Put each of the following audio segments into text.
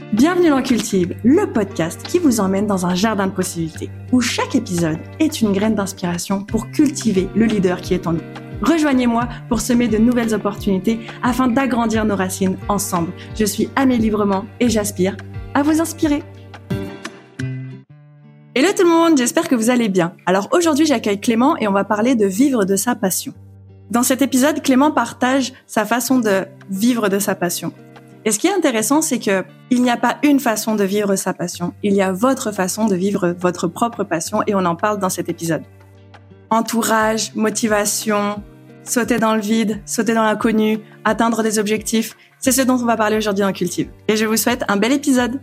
Bienvenue dans Cultive, le podcast qui vous emmène dans un jardin de possibilités, où chaque épisode est une graine d'inspiration pour cultiver le leader qui est en nous. Rejoignez-moi pour semer de nouvelles opportunités afin d'agrandir nos racines ensemble. Je suis Amélie Brement et j'aspire à vous inspirer. Hello tout le monde, j'espère que vous allez bien. Alors aujourd'hui j'accueille Clément et on va parler de vivre de sa passion. Dans cet épisode, Clément partage sa façon de vivre de sa passion. Et ce qui est intéressant, c'est que il n'y a pas une façon de vivre sa passion. Il y a votre façon de vivre votre propre passion et on en parle dans cet épisode. Entourage, motivation, sauter dans le vide, sauter dans l'inconnu, atteindre des objectifs, c'est ce dont on va parler aujourd'hui dans Cultive. Et je vous souhaite un bel épisode.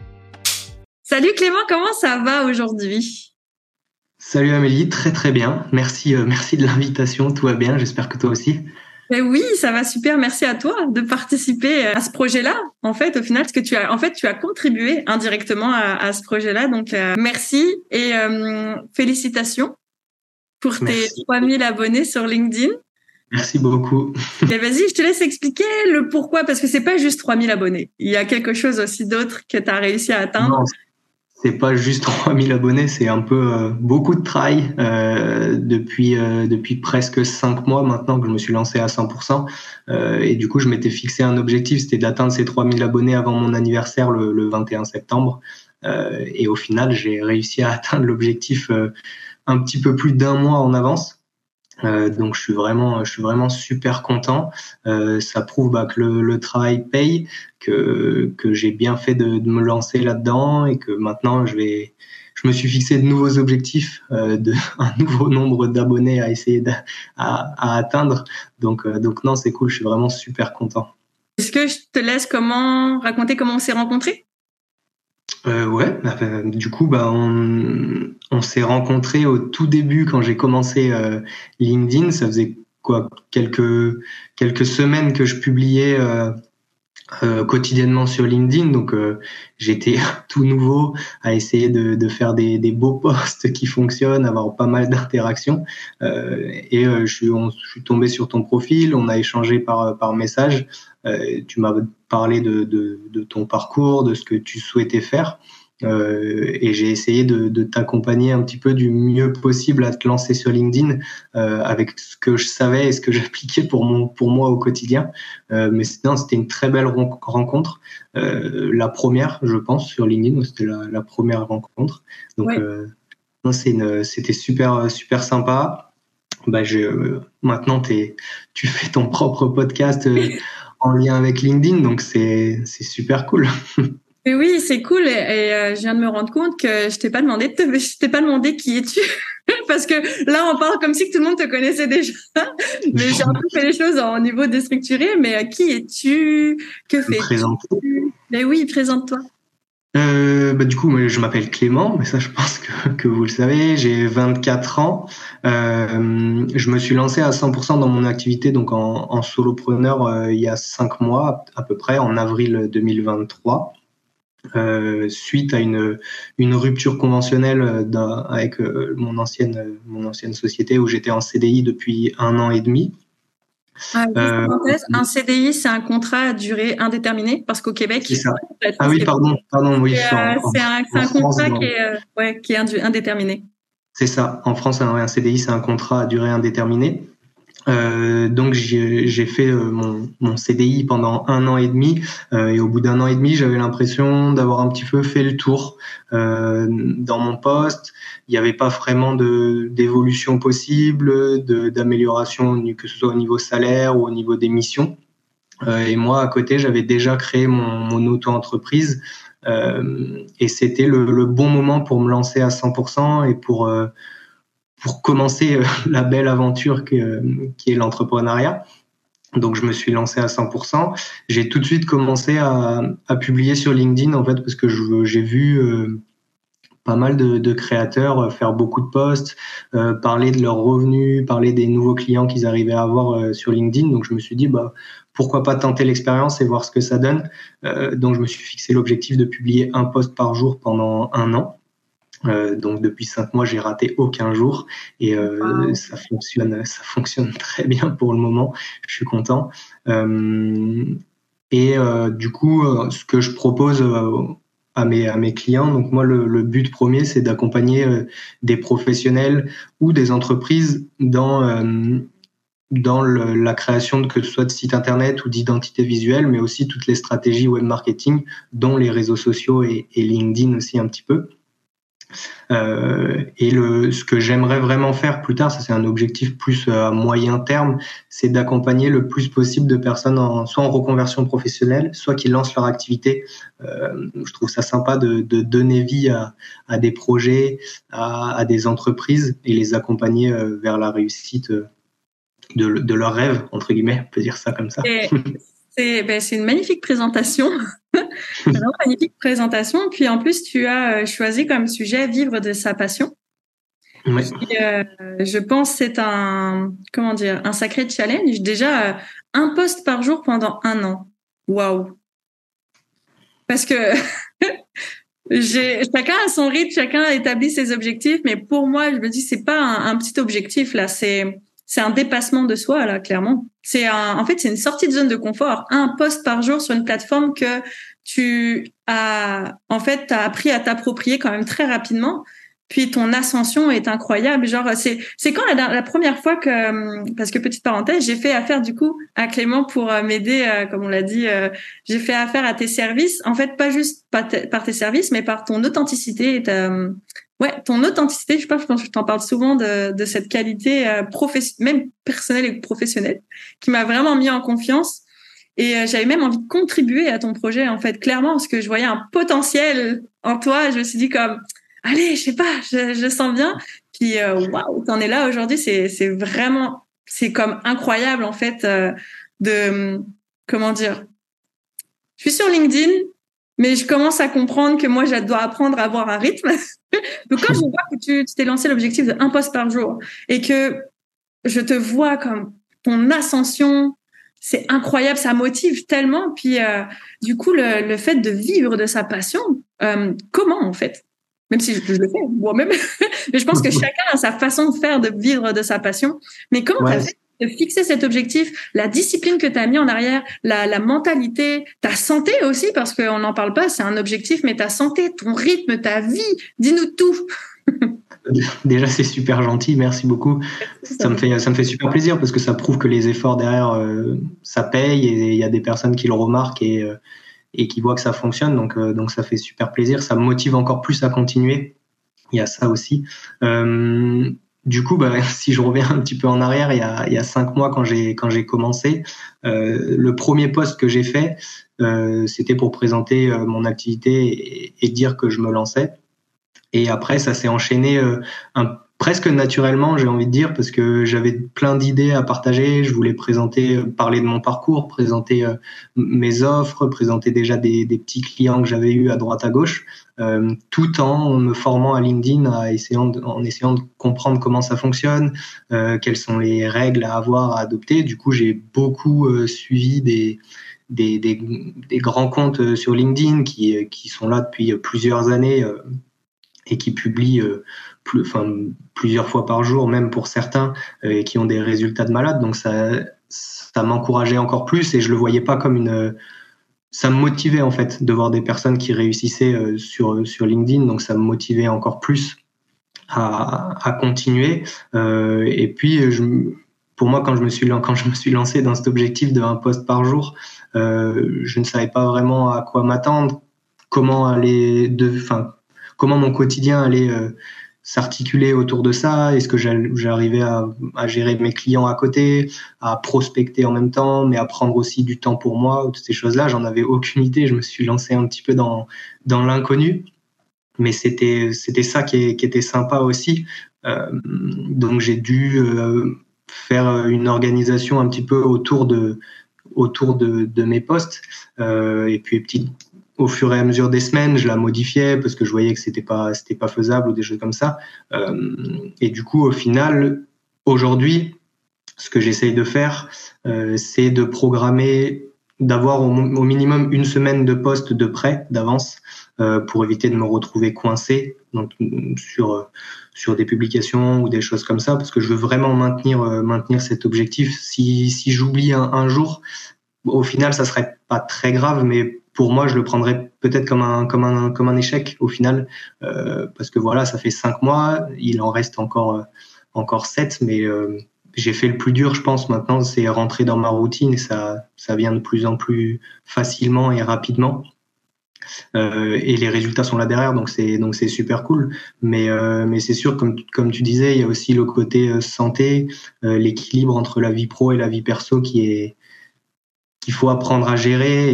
Salut Clément, comment ça va aujourd'hui ? Salut Amélie, très très bien. Merci de l'invitation, tout va bien, j'espère que toi aussi. Oui, ça va super. Merci à toi de participer à ce projet-là. En fait, au final, parce que tu as contribué indirectement à ce projet-là. Donc, merci et félicitations pour tes 3000 abonnés sur LinkedIn. Merci beaucoup. Et vas-y, je te laisse expliquer le pourquoi, parce que c'est pas juste 3000 abonnés. Il y a quelque chose aussi d'autre que tu as réussi à atteindre. Non, c'est pas juste 3000 abonnés, c'est un peu beaucoup de travail depuis presque 5 mois maintenant que je me suis lancé à 100%. Et du coup, je m'étais fixé un objectif, c'était d'atteindre ces 3000 abonnés avant mon anniversaire le 21 septembre. Et au final, j'ai réussi à atteindre l'objectif un petit peu plus d'un mois en avance. Donc je suis vraiment super content. Ça prouve que le travail paye, que j'ai bien fait de me lancer là-dedans et que maintenant je me suis fixé de nouveaux objectifs, un nouveau nombre d'abonnés à essayer à atteindre. Donc non, c'est cool, je suis vraiment super content. Est-ce que je te laisse raconter comment on s'est rencontrés ? Ouais, du coup, on s'est rencontrés au tout début quand j'ai commencé LinkedIn. Ça faisait quelques semaines que je publiais quotidiennement sur LinkedIn, donc j'étais tout nouveau à essayer de faire des beaux posts qui fonctionnent, avoir pas mal d'interactions. Je suis tombé sur ton profil, on a échangé par message. Tu m'as parlé de ton parcours, de ce que tu souhaitais faire. Et j'ai essayé de t'accompagner un petit peu du mieux possible à te lancer sur LinkedIn avec ce que je savais et ce que j'appliquais pour moi au quotidien. Mais c'était une très belle rencontre. La première, je pense, sur LinkedIn, c'était la première rencontre. Donc, ouais. C'était super sympa. Maintenant, tu fais ton propre podcast en lien avec LinkedIn, donc c'est super cool. Et oui, c'est cool. Et je viens de me rendre compte que je t'ai pas demandé qui es-tu, parce que là on parle comme si tout le monde te connaissait déjà. Mais j'ai un peu fait les choses au niveau déstructuré. Mais qui es-tu ? Que fais-tu ? Mais oui, présente-toi. Du coup, moi, je m'appelle Clément, mais ça, je pense que vous le savez. J'ai 24 ans. Je me suis lancé à 100% dans mon activité, donc en solopreneur, il y a 5 mois à peu près, en avril 2023. Suite à une rupture conventionnelle avec mon ancienne société où j'étais en CDI depuis 1 an et demi. Un CDI, c'est un contrat à durée indéterminée, parce qu'au Québec. C'est ça. Ah oui, pardon, oui. C'est un contrat qui est indéterminé. C'est ça. En France, un CDI, c'est un contrat à durée indéterminée. Donc j'ai fait mon CDI pendant 1 an et demi et au bout d'1 an et demi j'avais l'impression d'avoir un petit peu fait le tour dans mon poste. Il n'y avait pas vraiment d'évolution possible, d'amélioration, que ce soit au niveau salaire ou au niveau des missions. Et moi à côté j'avais déjà créé mon auto-entreprise et c'était le bon moment pour me lancer à 100% et pour commencer la belle aventure qui est l'entrepreneuriat. Donc, je me suis lancé à 100%. J'ai tout de suite commencé à publier sur LinkedIn, en fait, parce que j'ai vu pas mal de créateurs faire beaucoup de posts, parler de leurs revenus, parler des nouveaux clients qu'ils arrivaient à avoir sur LinkedIn. Donc, je me suis dit, pourquoi pas tenter l'expérience et voir ce que ça donne. Donc, je me suis fixé l'objectif de publier un post par jour pendant 1 an. Donc depuis 5 mois, j'ai raté aucun jour et ça fonctionne très bien pour le moment. Je suis content. Et du coup, ce que je propose à mes clients, donc moi le but premier, c'est d'accompagner des professionnels ou des entreprises dans la création que ce soit de sites internet ou d'identité visuelle, mais aussi toutes les stratégies web marketing, dont les réseaux sociaux et LinkedIn aussi un petit peu. Et ce que j'aimerais vraiment faire plus tard, ça c'est un objectif plus à moyen terme, c'est d'accompagner le plus possible de personnes soit en reconversion professionnelle, soit qui lancent leur activité. Je trouve ça sympa de donner vie à des projets, à des entreprises et les accompagner vers la réussite de leurs rêves, entre guillemets, on peut dire ça comme ça. C'est une magnifique présentation. Une magnifique présentation. Puis en plus, tu as choisi comme sujet vivre de sa passion. Ouais. Je pense que c'est un sacré challenge. Déjà, un post par jour pendant 1 an. Waouh. Parce que chacun a son rythme, chacun a établi ses objectifs, mais pour moi, je me dis, c'est pas un petit objectif, là, c'est un dépassement de soi, là, clairement. En fait, c'est une sortie de zone de confort. Un post par jour sur une plateforme que tu as appris à t'approprier quand même très rapidement. Puis ton ascension est incroyable. Genre, c'est quand la première fois parce que petite parenthèse, j'ai fait affaire du coup à Clément pour m'aider, comme on l'a dit, j'ai fait affaire à tes services. En fait, pas juste par tes services, mais par ton authenticité et ton authenticité. Je pense que je t'en parle souvent de cette qualité même personnelle et professionnelle qui m'a vraiment mis en confiance. Et j'avais même envie de contribuer à ton projet, en fait, clairement, parce que je voyais un potentiel en toi. Je me suis dit comme, allez, je sais pas, je sens bien. Puis, waouh, t'en es là aujourd'hui. C'est vraiment, c'est comme incroyable, en fait, comment dire. Je suis sur LinkedIn, mais je commence à comprendre que moi, je dois apprendre à avoir un rythme. Donc, quand je vois que tu t'es lancé l'objectif de 1 post par jour et que je te vois comme ton ascension, c'est incroyable, ça motive tellement. Puis, du coup, le fait de vivre de sa passion, comment, en fait? Même si je le fais moi-même, mais je pense que chacun a sa façon de faire, de vivre de sa passion. Mais comment tu as fait de fixer cet objectif, la discipline que tu as mis en arrière, la mentalité, ta santé aussi, parce qu'on n'en parle pas, c'est un objectif, mais ta santé, ton rythme, ta vie, dis-nous tout. Déjà, c'est super gentil, merci beaucoup. Ça me fait super plaisir parce que ça prouve que les efforts derrière, ça paye et il y a des personnes qui le remarquent et qui voient que ça fonctionne. Donc ça fait super plaisir. Ça me motive encore plus à continuer. Il y a ça aussi. Du coup, si je reviens un petit peu en arrière, il y a 5 mois quand j'ai commencé, le premier post que j'ai fait, c'était pour présenter mon activité et dire que je me lançais. Et après, ça s'est enchaîné presque naturellement, j'ai envie de dire, parce que j'avais plein d'idées à partager. Je voulais parler de mon parcours, présenter mes offres, présenter déjà des petits clients que j'avais eus à droite à gauche, tout en me formant à LinkedIn, en essayant de comprendre comment ça fonctionne, quelles sont les règles à avoir, à adopter. Du coup, j'ai beaucoup suivi des grands comptes sur LinkedIn qui sont là depuis plusieurs années et qui publient plusieurs fois par jour, même pour certains, et qui ont des résultats de malade. Donc ça m'encourageait encore plus et je le voyais pas comme ça me motivait en fait de voir des personnes qui réussissaient sur LinkedIn. Donc ça me motivait encore plus à continuer. Et puis pour moi, quand je me suis lancé dans cet objectif de 1 post par jour, je ne savais pas vraiment à quoi m'attendre, comment mon quotidien allait s'articuler autour de ça. Est-ce que j'arrivais à gérer mes clients à côté, à prospecter en même temps, mais à prendre aussi du temps pour moi, toutes ces choses-là, j'en avais aucune idée. Je me suis lancé un petit peu dans l'inconnu, mais c'était ça qui était sympa aussi. Donc j'ai dû faire une organisation un petit peu autour de mes posts, et puis au fur et à mesure des semaines, je la modifiais parce que je voyais que c'était pas faisable ou des choses comme ça. Et du coup, au final, aujourd'hui, ce que j'essaye de faire, c'est de programmer, d'avoir au minimum 1 semaine de poste de prêt d'avance pour éviter de me retrouver coincé donc, sur des publications ou des choses comme ça, parce que je veux vraiment maintenir cet objectif. Si j'oublie un jour, au final, ça serait pas très grave, mais pour moi, je le prendrais peut-être comme un échec au final, parce que voilà, ça fait 5 mois, il en reste encore 7, mais j'ai fait le plus dur, je pense. Maintenant, c'est rentrer dans ma routine et ça vient de plus en plus facilement et rapidement. Et les résultats sont là derrière, donc c'est super cool. Mais c'est sûr, comme tu disais, il y a aussi le côté santé, l'équilibre entre la vie pro et la vie perso qu'il faut apprendre à gérer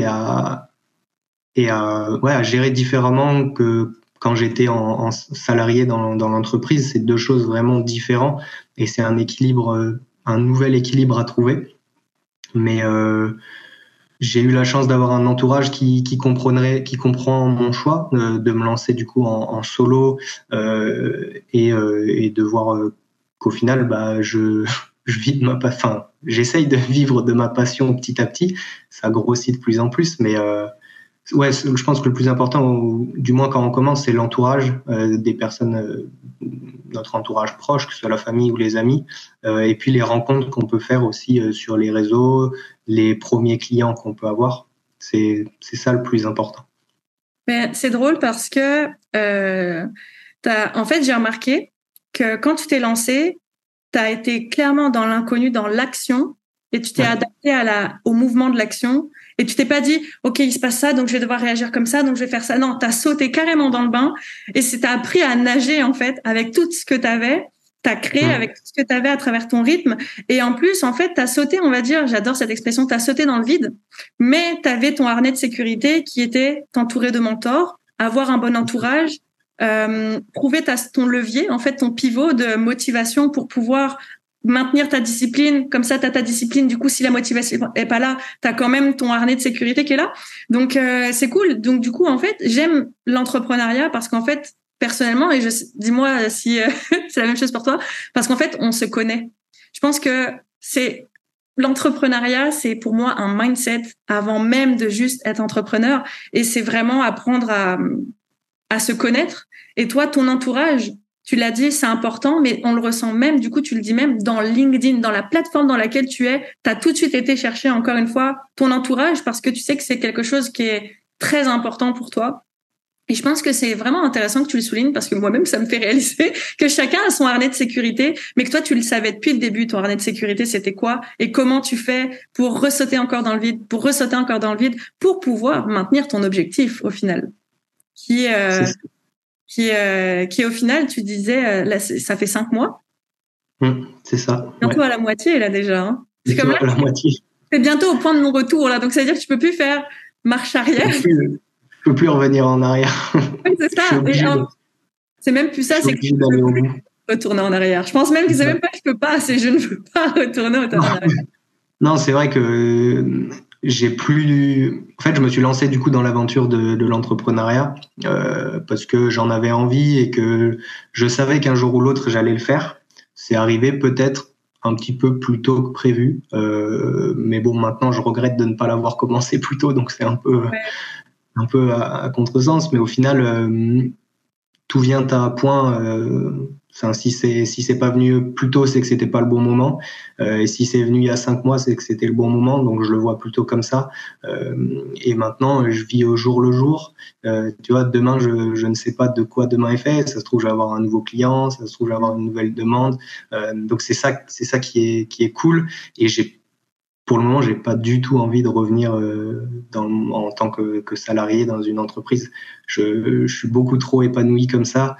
à gérer différemment que quand j'étais en salarié dans l'entreprise. C'est deux choses vraiment différentes et c'est un nouvel équilibre à trouver. Mais j'ai eu la chance d'avoir un entourage qui comprend mon choix de me lancer du coup en solo et de voir qu'au final, je vis de j'essaye de vivre de ma passion petit à petit. Ça grossit de plus en plus, mais ouais, je pense que le plus important, du moins quand on commence, c'est l'entourage des personnes, notre entourage proche, que ce soit la famille ou les amis, et puis les rencontres qu'on peut faire aussi sur les réseaux, les premiers clients qu'on peut avoir. C'est ça le plus important. Mais c'est drôle parce que en fait, j'ai remarqué que quand tu t'es lancé, tu as été clairement dans l'inconnu, dans l'action, et tu t'es adapté au mouvement de l'action. Et tu t'es pas dit, OK, il se passe ça, donc je vais devoir réagir comme ça, donc je vais faire ça. Non, tu as sauté carrément dans le bain et t'as appris à nager, en fait, avec tout ce que tu avais. Tu as créé avec tout ce que tu avais à travers ton rythme. Et en plus, en fait, tu as sauté, on va dire, j'adore cette expression, tu as sauté dans le vide, mais tu avais ton harnais de sécurité qui était t'entourer de mentors, avoir un bon entourage, trouver ton levier, en fait, ton pivot de motivation pour pouvoir maintenir ta discipline. Comme ça, tu as ta discipline. Du coup, si la motivation est pas là, tu as quand même ton harnais de sécurité qui est là. Donc, c'est cool. Donc, du coup, en fait, j'aime l'entrepreneuriat parce qu'en fait, personnellement, et dis-moi si c'est la même chose pour toi, parce qu'en fait, on se connaît. Je pense que l'entrepreneuriat, c'est pour moi un mindset avant même de juste être entrepreneur. Et c'est vraiment apprendre à se connaître. Et toi, ton entourage, tu l'as dit, c'est important, mais on le ressent même, du coup, tu le dis même dans LinkedIn, dans la plateforme dans laquelle tu es, tu as tout de suite été chercher, encore une fois, ton entourage parce que tu sais que c'est quelque chose qui est très important pour toi. Et je pense que c'est vraiment intéressant que tu le soulignes parce que moi-même, ça me fait réaliser que chacun a son harnais de sécurité, mais que toi, tu le savais depuis le début, ton harnais de sécurité, c'était quoi et comment tu fais pour ressauter encore dans le vide, pour pouvoir maintenir ton objectif au final, qui est au final, tu disais, là, ça fait 5 mois. C'est ça. Bientôt à la moitié, là, déjà. Hein. C'est comme là, à la moitié. C'est bientôt au point de non-retour, là. Donc, ça veut dire que tu peux plus faire marche arrière. Je peux plus revenir en arrière. Oui, c'est ça. C'est même plus ça, c'est que je peux plus retourner en arrière. Je pense même que c'est même pas que je peux pas, c'est je ne veux pas retourner en arrière. Non, c'est vrai que en fait, je me suis lancé du coup dans l'aventure de l'entrepreneuriat parce que j'en avais envie et que je savais qu'un jour ou l'autre j'allais le faire. C'est arrivé peut-être un petit peu plus tôt que prévu, mais bon, maintenant je regrette de ne pas l'avoir commencé plus tôt, donc c'est un peu à contresens, mais au final tout vient à point. Si c'est pas venu plus tôt, c'est que c'était pas le bon moment. Et si c'est venu il y a 5 mois, c'est que c'était le bon moment. Donc je le vois plutôt comme ça. Et maintenant, je vis au jour le jour. Tu vois, demain, je ne sais pas de quoi demain est fait. Ça se trouve, je vais avoir un nouveau client. Ça se trouve, je vais avoir une nouvelle demande. Donc c'est ça qui est cool. Et pour le moment, j'ai pas du tout envie de revenir en tant que salarié dans une entreprise. Je suis beaucoup trop épanoui comme ça.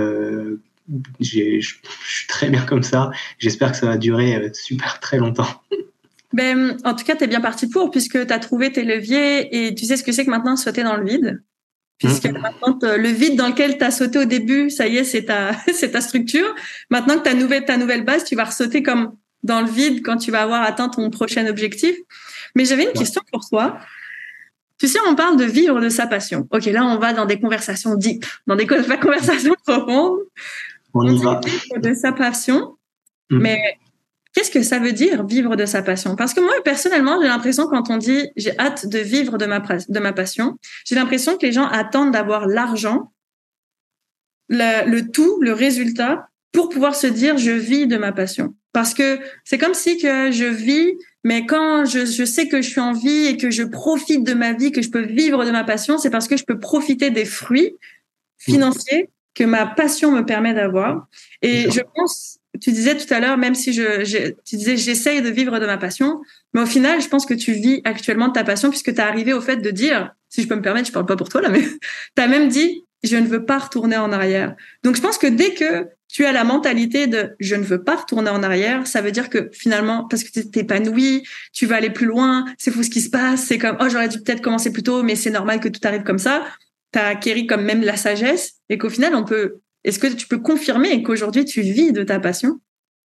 Je suis très bien comme ça. J'espère que ça va durer super très longtemps. Ben, en tout cas, tu es bien parti puisque tu as trouvé tes leviers et tu sais ce que c'est que maintenant sauter dans le vide. Puisque maintenant, le vide dans lequel tu as sauté au début, ça y est, c'est ta structure. Maintenant que tu as ta nouvelle base, tu vas ressauter comme dans le vide quand tu vas avoir atteint ton prochain objectif. Mais j'avais une question pour toi. Tu sais, on parle de vivre de sa passion. OK, là, on va dans des conversations deep, dans des conversations profondes. On y va. Vivre de sa passion. Mais qu'est-ce que ça veut dire, vivre de sa passion? Parce que moi, personnellement, j'ai l'impression quand on dit « j'ai hâte de vivre de ma passion », j'ai l'impression que les gens attendent d'avoir l'argent, le résultat, pour pouvoir se dire je vis de ma passion. Parce que c'est comme si que je vis, mais quand je sais que je suis en vie et que je profite de ma vie, que je peux vivre de ma passion, c'est parce que je peux profiter des fruits financiers que ma passion me permet d'avoir. Et je pense, tu disais tout à l'heure, même si tu disais j'essaye de vivre de ma passion, mais au final, je pense que tu vis actuellement de ta passion puisque tu es arrivé au fait de dire, si je peux me permettre, je parle pas pour toi là, mais tu as même dit je ne veux pas retourner en arrière. Donc je pense que dès que tu as la mentalité de je ne veux pas retourner en arrière, ça veut dire que finalement, parce que tu t'es épanoui, tu vas aller plus loin, c'est fou ce qui se passe, c'est comme oh j'aurais dû peut-être commencer plus tôt, mais c'est normal que tout arrive comme ça. T'as acquéri comme même la sagesse et qu'au final est-ce que tu peux confirmer qu'aujourd'hui tu vis de ta passion?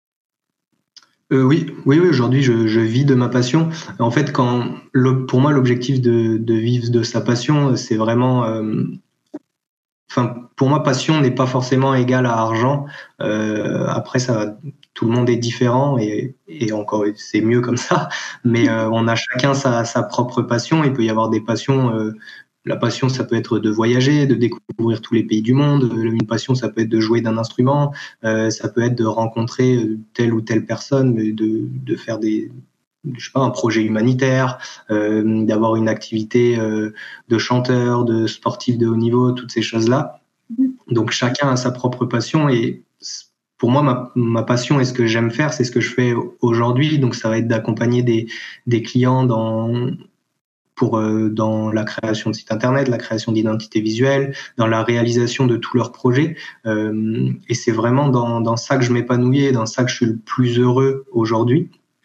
Oui, aujourd'hui je vis de ma passion. En fait, pour moi l'objectif de vivre de sa passion, c'est vraiment, pour moi passion n'est pas forcément égal à argent. Après tout le monde est différent et encore c'est mieux comme ça. Mais on a chacun sa propre passion. Il peut y avoir des passions. La passion, ça peut être de voyager, de découvrir tous les pays du monde. Une passion, ça peut être de jouer d'un instrument. Ça peut être de rencontrer telle ou telle personne, de faire je sais pas, un projet humanitaire, d'avoir une activité de chanteur, de sportif de haut niveau, toutes ces choses-là. Donc chacun a sa propre passion et pour moi, ma passion et ce que j'aime faire, c'est ce que je fais aujourd'hui. Donc ça va être d'accompagner des clients dans la création de sites internet, la création d'identités visuelles, dans la réalisation de tous leurs projets. Et c'est vraiment dans ça que je m'épanouis et dans ça que je suis le plus heureux aujourd'hui.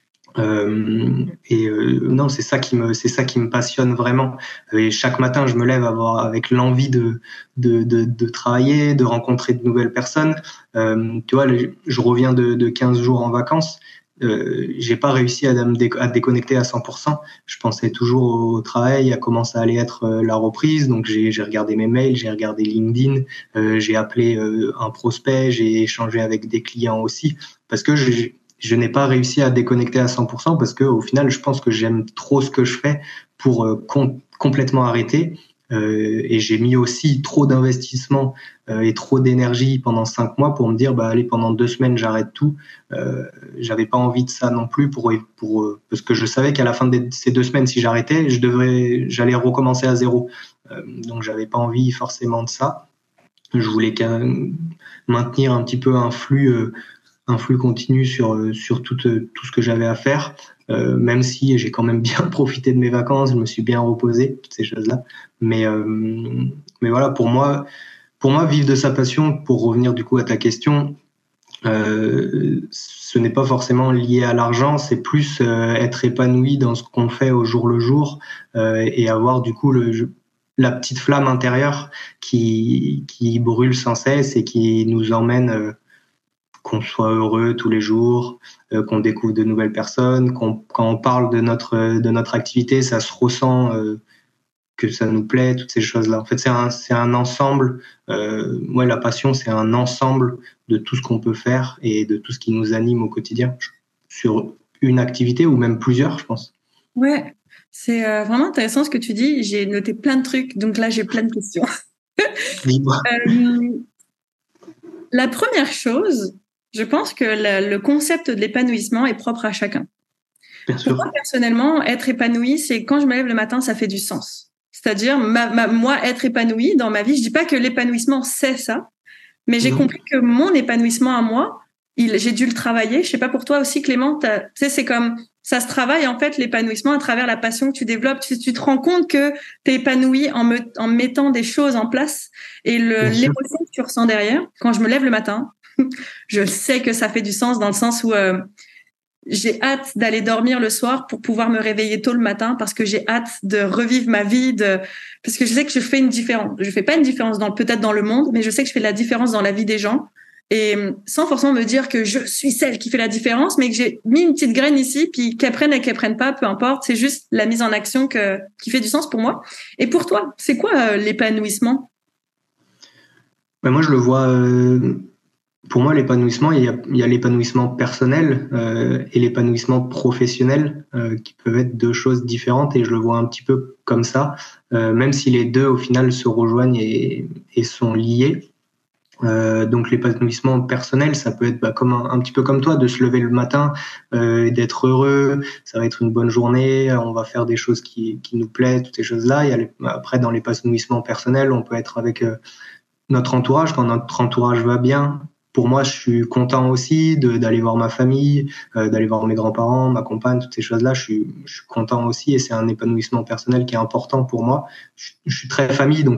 Non, c'est ça qui me passionne vraiment. Et chaque matin, je me lève avec l'envie de travailler, de rencontrer de nouvelles personnes. Tu vois, je reviens de 15 jours en vacances. J'ai pas réussi à déconnecter à 100%. Je pensais toujours au travail, à comment ça allait être la reprise. Donc j'ai regardé mes mails, j'ai regardé LinkedIn, j'ai appelé un prospect, j'ai échangé avec des clients aussi, parce que je n'ai pas réussi à déconnecter à 100% parce que au final, je pense que j'aime trop ce que je fais pour complètement arrêter. Et j'ai mis aussi trop d'investissement et trop d'énergie pendant 5 mois pour me dire allez, pendant 2 semaines j'arrête tout. J'avais pas envie de ça non plus parce que je savais qu'à la fin de ces 2 semaines, si j'arrêtais, j'allais recommencer à zéro. Donc j'avais pas envie forcément de ça. Je voulais maintenir un petit peu un flux continu sur tout ce que j'avais à faire, même si j'ai quand même bien profité de mes vacances, je me suis bien reposé, toutes ces choses-là. Mais voilà, pour moi, vivre de sa passion, pour revenir du coup à ta question, ce n'est pas forcément lié à l'argent, c'est plus être épanoui dans ce qu'on fait au jour le jour et avoir du coup la petite flamme intérieure qui brûle sans cesse et qui nous emmène qu'on soit heureux tous les jours, qu'on découvre de nouvelles personnes, quand on parle de notre activité, ça se ressent que ça nous plaît, toutes ces choses-là. En fait, c'est un ensemble. La passion, c'est un ensemble de tout ce qu'on peut faire et de tout ce qui nous anime au quotidien sur une activité ou même plusieurs, je pense. Ouais, c'est vraiment intéressant ce que tu dis. J'ai noté plein de trucs, donc là, j'ai plein de questions. La première chose, je pense que le concept de l'épanouissement est propre à chacun. Bien sûr. Pour moi, personnellement, être épanoui, c'est quand je me lève le matin, ça fait du sens. C'est-à-dire, moi, être épanoui dans ma vie, je dis pas que l'épanouissement, c'est ça, mais j'ai compris que mon épanouissement à moi, j'ai dû le travailler. Je sais pas pour toi aussi, Clément, tu sais, c'est comme, ça se travaille, en fait, l'épanouissement à travers la passion que tu développes. Tu te rends compte que tu es épanoui en mettant des choses en place et l'émotion que tu ressens derrière. Quand je me lève le matin, je sais que ça fait du sens dans le sens où j'ai hâte d'aller dormir le soir pour pouvoir me réveiller tôt le matin parce que j'ai hâte de revivre ma vie, parce que je sais que je fais une différence. Je fais pas une différence peut-être dans le monde, mais je sais que je fais la différence dans la vie des gens. Et sans forcément me dire que je suis celle qui fait la différence, mais que j'ai mis une petite graine ici, puis qu'elles prennent et qu'elles prennent pas, peu importe. C'est juste la mise en action qui fait du sens pour moi. Et pour toi, c'est quoi l'épanouissement? Moi, je le vois. Pour moi, l'épanouissement, il y a l'épanouissement personnel et l'épanouissement professionnel qui peuvent être deux choses différentes et je le vois un petit peu comme ça, même si les deux au final se rejoignent et sont liés. Donc l'épanouissement personnel, ça peut être comme un petit peu comme toi, de se lever le matin et d'être heureux. Ça va être une bonne journée, on va faire des choses qui nous plaisent, toutes ces choses-là. Après, dans l'épanouissement personnel, on peut être avec notre entourage. Quand notre entourage va bien, pour moi, je suis content aussi d'aller voir ma famille, d'aller voir mes grands-parents, ma compagne, toutes ces choses-là. Je suis content aussi, et c'est un épanouissement personnel qui est important pour moi. Je suis très famille, donc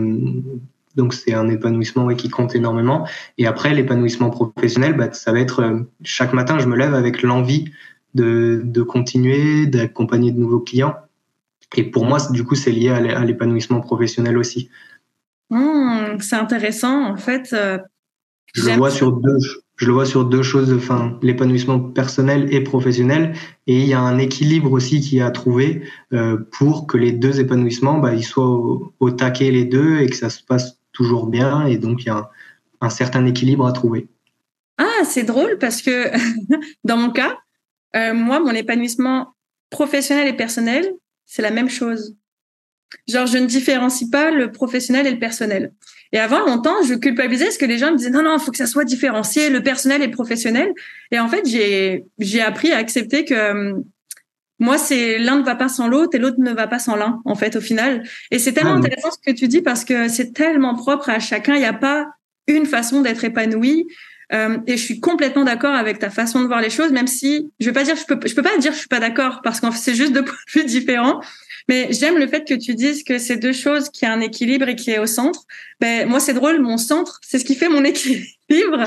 c'est un épanouissement qui compte énormément. Et après, l'épanouissement professionnel, ça va être chaque matin, je me lève avec l'envie de continuer, d'accompagner de nouveaux clients. Et pour moi, du coup, c'est lié à l'épanouissement professionnel aussi. C'est intéressant. En fait, je le vois sur deux choses, enfin, l'épanouissement personnel et professionnel. Et il y a un équilibre aussi qui est à trouver pour que les deux épanouissements, ils soient au taquet les deux, et que ça se passe toujours bien. Et donc, il y a un certain équilibre à trouver. Ah, c'est drôle parce que dans mon cas, moi, mon épanouissement professionnel et personnel, c'est la même chose. Genre, je ne différencie pas le professionnel et le personnel. Et avant longtemps, je culpabilisais parce que les gens me disaient non, il faut que ça soit différencié, le personnel et le professionnel. Et en fait, j'ai appris à accepter que moi, c'est l'un ne va pas sans l'autre et l'autre ne va pas sans l'un, en fait, au final. Et c'est tellement intéressant ce que tu dis parce que c'est tellement propre à chacun. Il n'y a pas une façon d'être épanoui. Et je suis complètement d'accord avec ta façon de voir les choses, même si je vais pas dire, je peux pas dire que je suis pas d'accord parce que c'est juste deux points de vue différents. Mais j'aime le fait que tu dises que c'est deux choses qui a un équilibre et qui est au centre. Moi, c'est drôle, mon centre, c'est ce qui fait mon équilibre.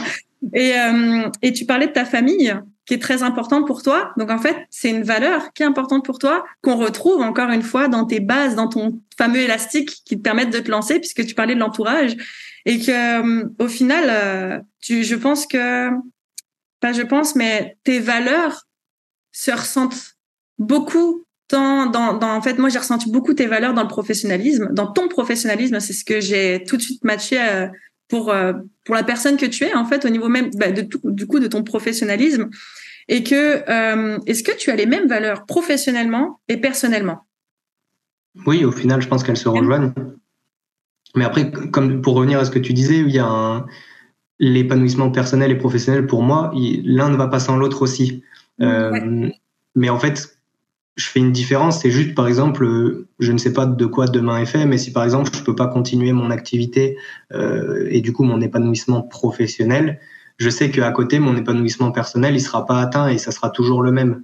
Et tu parlais de ta famille, qui est très importante pour toi. Donc, en fait, c'est une valeur qui est importante pour toi, qu'on retrouve encore une fois dans tes bases, dans ton fameux élastique qui te permettent de te lancer, puisque tu parlais de l'entourage. Et que, au final, je pense que, pas je pense, mais tes valeurs se ressentent beaucoup en fait, moi, j'ai ressenti beaucoup tes valeurs dans le professionnalisme, dans ton professionnalisme. C'est ce que j'ai tout de suite matché pour la personne que tu es, en fait, au niveau même du coup de ton professionnalisme. Et que est-ce que tu as les mêmes valeurs professionnellement et personnellement? Oui, au final, je pense qu'elles se rejoignent. Mais après, comme pour revenir à ce que tu disais, il y a l'épanouissement personnel et professionnel. Pour moi, l'un ne va pas sans l'autre aussi. Mais en fait, je fais une différence. C'est juste, par exemple, je ne sais pas de quoi demain est fait, mais si par exemple, je peux pas continuer mon activité et du coup mon épanouissement professionnel, je sais qu'à côté, mon épanouissement personnel, il sera pas atteint et ça sera toujours le même.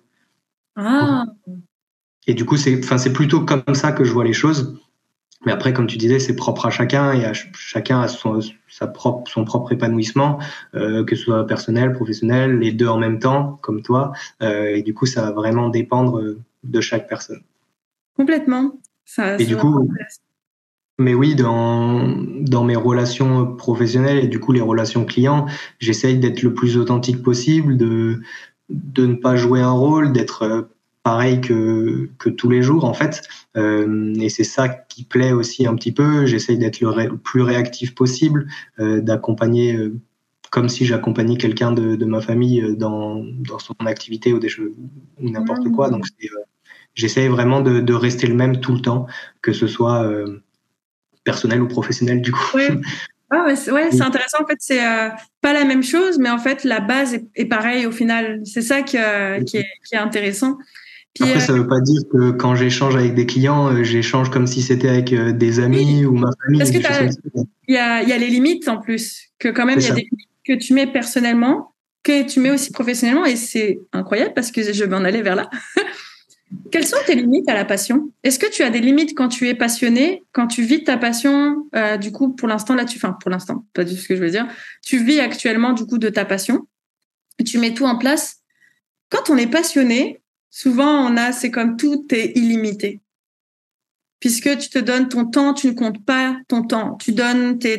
Et du coup, c'est plutôt comme ça que je vois les choses. Mais après, comme tu disais, c'est propre à chacun et chacun a son propre épanouissement, que ce soit personnel, professionnel, les deux en même temps, comme toi. Et du coup, ça va vraiment dépendre de chaque personne. Complètement. Et du coup, mais oui, dans mes relations professionnelles et du coup les relations clients, j'essaye d'être le plus authentique possible, de ne pas jouer un rôle, d'être pareil que tous les jours en fait. Et c'est ça qui plaît aussi un petit peu. J'essaye d'être le plus réactif possible, d'accompagner comme si j'accompagnais quelqu'un de ma famille dans son activité ou des choses ou n'importe quoi. Donc j'essaye vraiment de rester le même tout le temps, que ce soit personnel ou professionnel du coup. C'est intéressant. En fait, c'est pas la même chose, mais en fait, la base est pareille au final. C'est ça qui est intéressant. Puis, après, ça veut pas dire que quand j'échange avec des clients, j'échange comme si c'était avec des amis ou ma famille. Parce que il y a les limites en plus, que quand même il y a des limites que tu mets personnellement, que tu mets aussi professionnellement, et c'est incroyable parce que je vais en aller vers là. Quelles sont tes limites à la passion? Est-ce que tu as des limites quand tu es passionné, quand tu vis ta passion? Du coup, pour l'instant, pour l'instant, pas du tout ce que je veux dire. Tu vis actuellement du coup de ta passion. Tu mets tout en place. Quand on est passionné, souvent c'est comme tout est illimité. Puisque tu te donnes ton temps, tu ne comptes pas ton temps. Tu donnes, t'es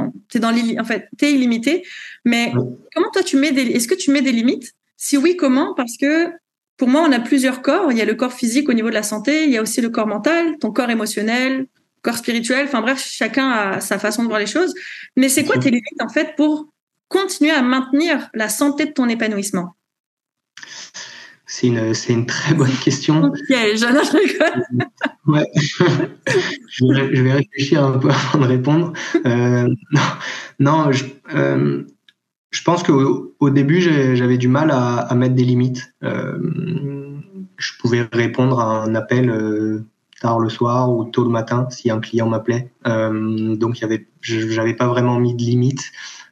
illimité. Mais comment toi est-ce que tu mets des limites? Si oui, comment? Parce que pour moi, on a plusieurs corps. Il y a le corps physique au niveau de la santé. Il y a aussi le corps mental, ton corps émotionnel, corps spirituel. Enfin bref, chacun a sa façon de voir les choses. Mais c'est quoi tes limites, en fait, pour continuer à maintenir la santé de ton épanouissement? C'est une très bonne question. Piège, je rigole. Ouais. Je vais réfléchir un peu avant de répondre. Non, je pense qu'au début, j'avais du mal à mettre des limites. Je pouvais répondre à un appel tard le soir ou tôt le matin si un client m'appelait. Donc, j'avais pas vraiment mis de limites.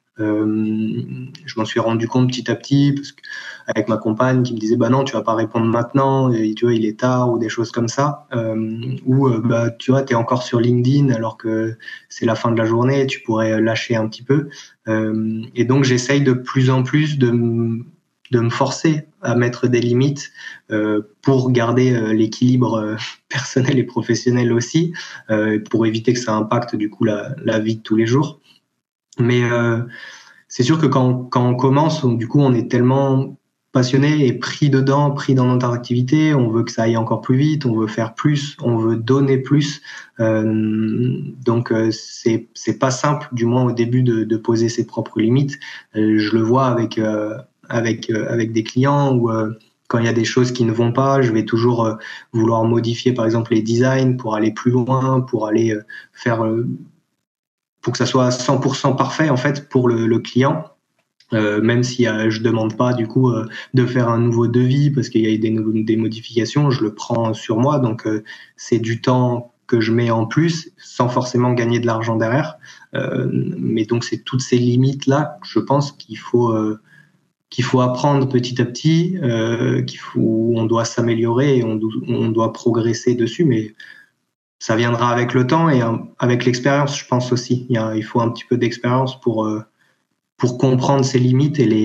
Je m'en suis rendu compte petit à petit parce que, avec ma compagne qui me disait bah non tu vas pas répondre maintenant et, tu vois il est tard ou des choses comme ça ou bah tu vois t'es encore sur LinkedIn alors que c'est la fin de la journée, tu pourrais lâcher un petit peu et donc j'essaye de plus en plus de me forcer à mettre des limites pour garder l'équilibre personnel et professionnel aussi pour éviter que ça impacte du coup la vie de tous les jours. Mais c'est sûr que quand on commence, du coup, on est tellement passionné et pris dedans, pris dans notre activité, on veut que ça aille encore plus vite, on veut faire plus, on veut donner plus. Donc c'est pas simple, du moins au début, de poser ses propres limites. Je le vois avec des clients où quand il y a des choses qui ne vont pas, je vais toujours vouloir modifier, par exemple, les designs pour aller plus loin, pour aller faire pour que ça soit 100% parfait en fait pour le client. Même si je demande pas du coup de faire un nouveau devis parce qu'il y a des modifications, je le prends sur moi, donc c'est du temps que je mets en plus sans forcément gagner de l'argent derrière. Mais donc c'est toutes ces limites là, je pense qu'il faut apprendre petit à petit, on doit s'améliorer et on doit progresser dessus, mais ça viendra avec le temps et avec l'expérience, je pense aussi. Il faut un petit peu d'expérience pour comprendre ses limites et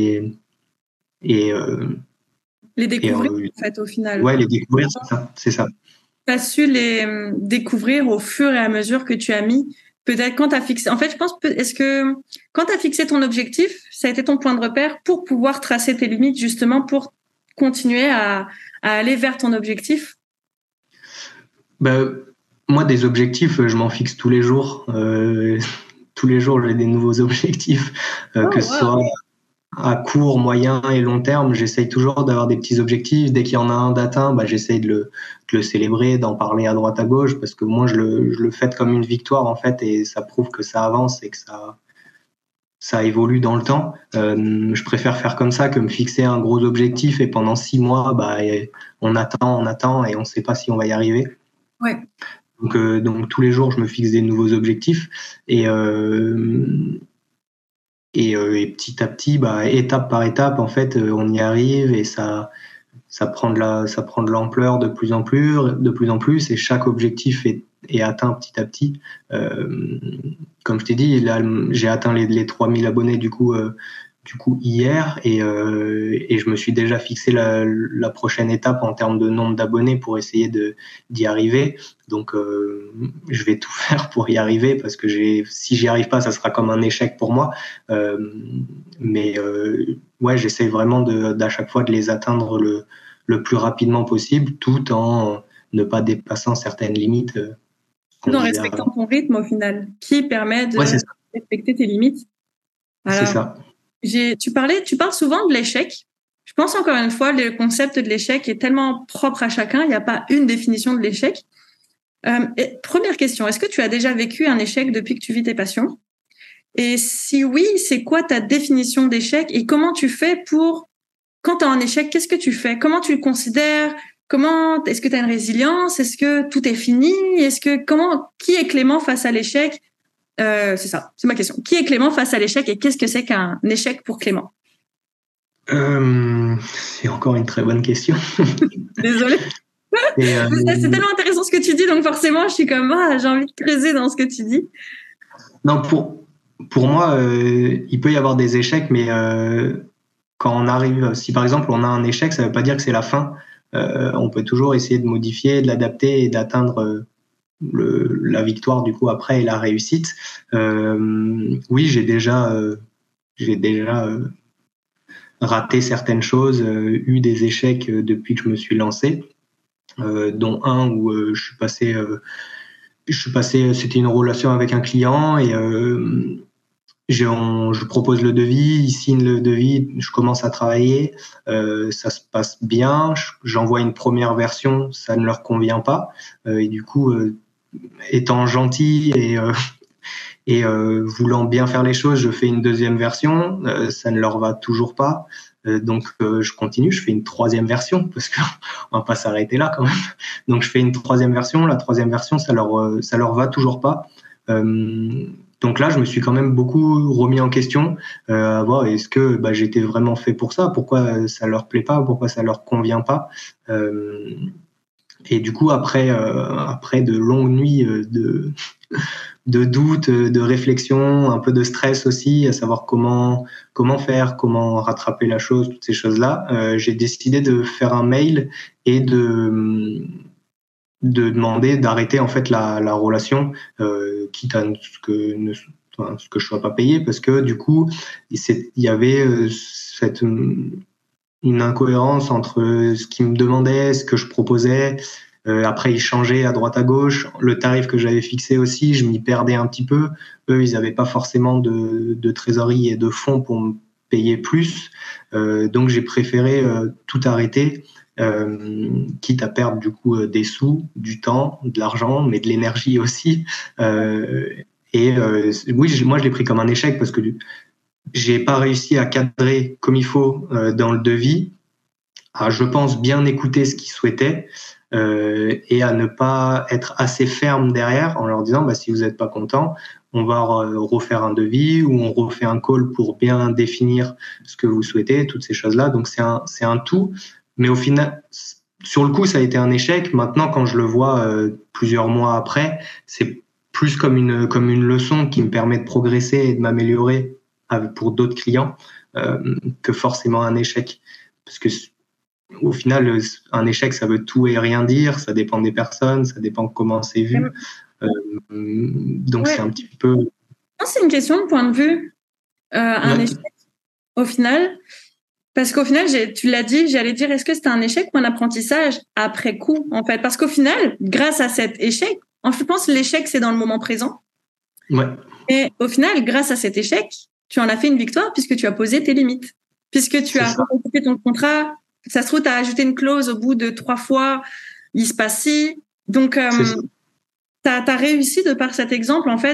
les découvrir en fait au final. Ouais, les découvrir, c'est ça. Tu as su les découvrir au fur et à mesure que tu as mis. Peut-être quand tu as fixé. En fait, je pense, est-ce que quand tu as fixé ton objectif, ça a été ton point de repère pour pouvoir tracer tes limites, justement, pour continuer à aller vers ton objectif? Moi, des objectifs, je m'en fixe tous les jours. Tous les jours, j'ai des nouveaux objectifs, que ce soit à court, moyen et long terme. J'essaye toujours d'avoir des petits objectifs. Dès qu'il y en a un d'atteint, j'essaye de le célébrer, d'en parler à droite à gauche, parce que moi, je le fête comme une victoire, en fait, et ça prouve que ça avance et que ça évolue dans le temps. Je préfère faire comme ça que me fixer un gros objectif et pendant 6 mois, on attend et on ne sait pas si on va y arriver. Ouais. Donc tous les jours, je me fixe des nouveaux objectifs et petit à petit, étape par étape, en fait, on y arrive et ça prend de l'ampleur de plus en plus et chaque objectif est atteint petit à petit. Comme je t'ai dit, là, j'ai atteint les 3000 abonnés du coup hier et je me suis déjà fixé la prochaine étape en termes de nombre d'abonnés pour essayer d'y arriver. Donc je vais tout faire pour y arriver parce que si j'y arrive pas, ça sera comme un échec pour moi. Mais j'essaie vraiment d'à chaque fois de les atteindre le plus rapidement possible, tout en ne pas dépassant certaines limites. Tout en respectant ton rythme au final, qui permet de respecter tes limites. Alors, c'est ça. Tu parles souvent de l'échec. Je pense encore une fois, le concept de l'échec est tellement propre à chacun. Il n'y a pas une définition de l'échec. Première question, est-ce que tu as déjà vécu un échec depuis que tu vis tes passions? Et si oui, c'est quoi ta définition d'échec et comment tu fais quand tu as un échec, qu'est-ce que tu fais? Comment tu le considères? Est-ce que tu as une résilience? Est-ce que tout est fini? Qui est Clément face à l'échec? C'est ça, c'est ma question. Qui est Clément face à l'échec et qu'est-ce que c'est qu'un échec pour Clément? C'est encore une très bonne question. Désolée. C'est tellement intéressant ce que tu dis, donc forcément, je suis comme j'ai envie de creuser dans ce que tu dis. Non, pour moi, il peut y avoir des échecs, mais quand on arrive, si par exemple on a un échec, ça ne veut pas dire que c'est la fin. On peut toujours essayer de modifier, de l'adapter et d'atteindre la victoire du coup après et la réussite. Oui, j'ai déjà raté certaines choses, eu des échecs depuis que je me suis lancé, dont un où je suis passé, c'était une relation avec un client et je propose le devis, il signe le devis, je commence à travailler, ça se passe bien, j'envoie une première version, ça ne leur convient pas, et du coup, étant gentil et voulant bien faire les choses, je fais une deuxième version, ça ne leur va toujours pas. Donc je continue, je fais une troisième version parce que on va pas s'arrêter là quand même. Donc je fais une troisième version, la troisième version ça leur va toujours pas. Donc là je me suis quand même beaucoup remis en question, à voir est-ce que j'étais vraiment fait pour ça, pourquoi ça leur plaît pas, pourquoi ça leur convient pas. Et du coup après de longues nuits de doute, de réflexion, un peu de stress aussi, à savoir comment faire, comment rattraper la chose, toutes ces choses-là. J'ai décidé de faire un mail et de demander d'arrêter en fait la relation, quitte à ce que je sois pas payé, parce que du coup il y avait une incohérence entre ce qu'ils me demandaient, ce que je proposais. Après, ils changeaient à droite à gauche. Le tarif que j'avais fixé aussi, je m'y perdais un petit peu. Eux, ils n'avaient pas forcément de trésorerie et de fonds pour me payer plus. Donc, j'ai préféré tout arrêter, quitte à perdre du coup des sous, du temps, de l'argent, mais de l'énergie aussi. Oui, moi, je l'ai pris comme un échec parce que j'ai pas réussi à cadrer comme il faut dans le devis, à, je pense, bien écouter ce qu'ils souhaitaient, et à ne pas être assez ferme derrière en leur disant si vous n'êtes pas content, on va refaire un devis ou on refait un call pour bien définir ce que vous souhaitez, toutes ces choses-là. Donc c'est un tout, mais au final, sur le coup, ça a été un échec. Maintenant, quand je le vois plusieurs mois après, c'est plus comme une leçon qui me permet de progresser et de m'améliorer pour d'autres clients, que forcément un échec. Parce que au final, un échec, ça veut tout et rien dire. Ça dépend des personnes, ça dépend comment c'est vu. Donc c'est un petit peu. C'est une question de point de vue. Un échec, au final, parce qu'au final, tu l'as dit, j'allais dire, est-ce que c'était un échec ou un apprentissage après coup, en fait? Parce qu'au final, grâce à cet échec, je pense que l'échec, c'est dans le moment présent. Ouais. Et au final, grâce à cet échec, tu en as fait une victoire puisque tu as posé tes limites, puisque tu as rencontré ton contrat. Ça se trouve, tu as ajouté une clause au bout de 3 fois, il se passe ci. Donc, tu as réussi de par cet exemple, en fait,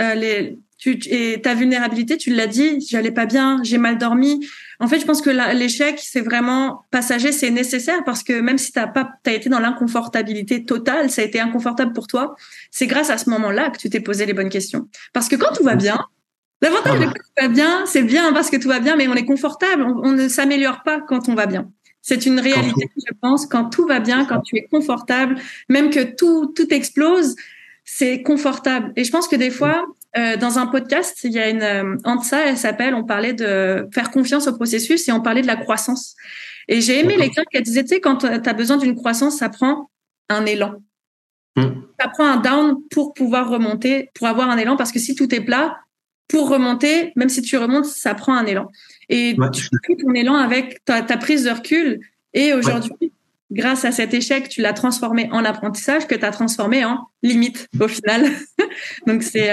et ta vulnérabilité, tu l'as dit, j'allais pas bien, j'ai mal dormi. En fait, je pense que l'échec, c'est vraiment passager, c'est nécessaire parce que même si t'as été dans l'inconfortabilité totale, ça a été inconfortable pour toi, c'est grâce à ce moment-là que tu t'es posé les bonnes questions. Parce que quand tout va bien, l'avantage de quand tout va bien, c'est bien parce que tout va bien, mais on est confortable, on ne s'améliore pas quand on va bien. C'est une réalité, je pense, quand tout va bien, quand tu es confortable, même que tout explose, c'est confortable. Et je pense que des fois, dans un podcast, il y a une Ansa, on parlait de faire confiance au processus et on parlait de la croissance. Et j'ai aimé l'exemple qu'elle disait, tu sais, quand tu as besoin d'une croissance, ça prend un élan. Ça prend un down pour pouvoir remonter, pour avoir un élan, parce que si tout est plat, pour remonter, même si tu remontes, ça prend un élan. Et tu pris ton élan avec ta prise de recul. Et aujourd'hui, grâce à cet échec, tu l'as transformé en apprentissage que tu as transformé en limite au final. Donc c'est.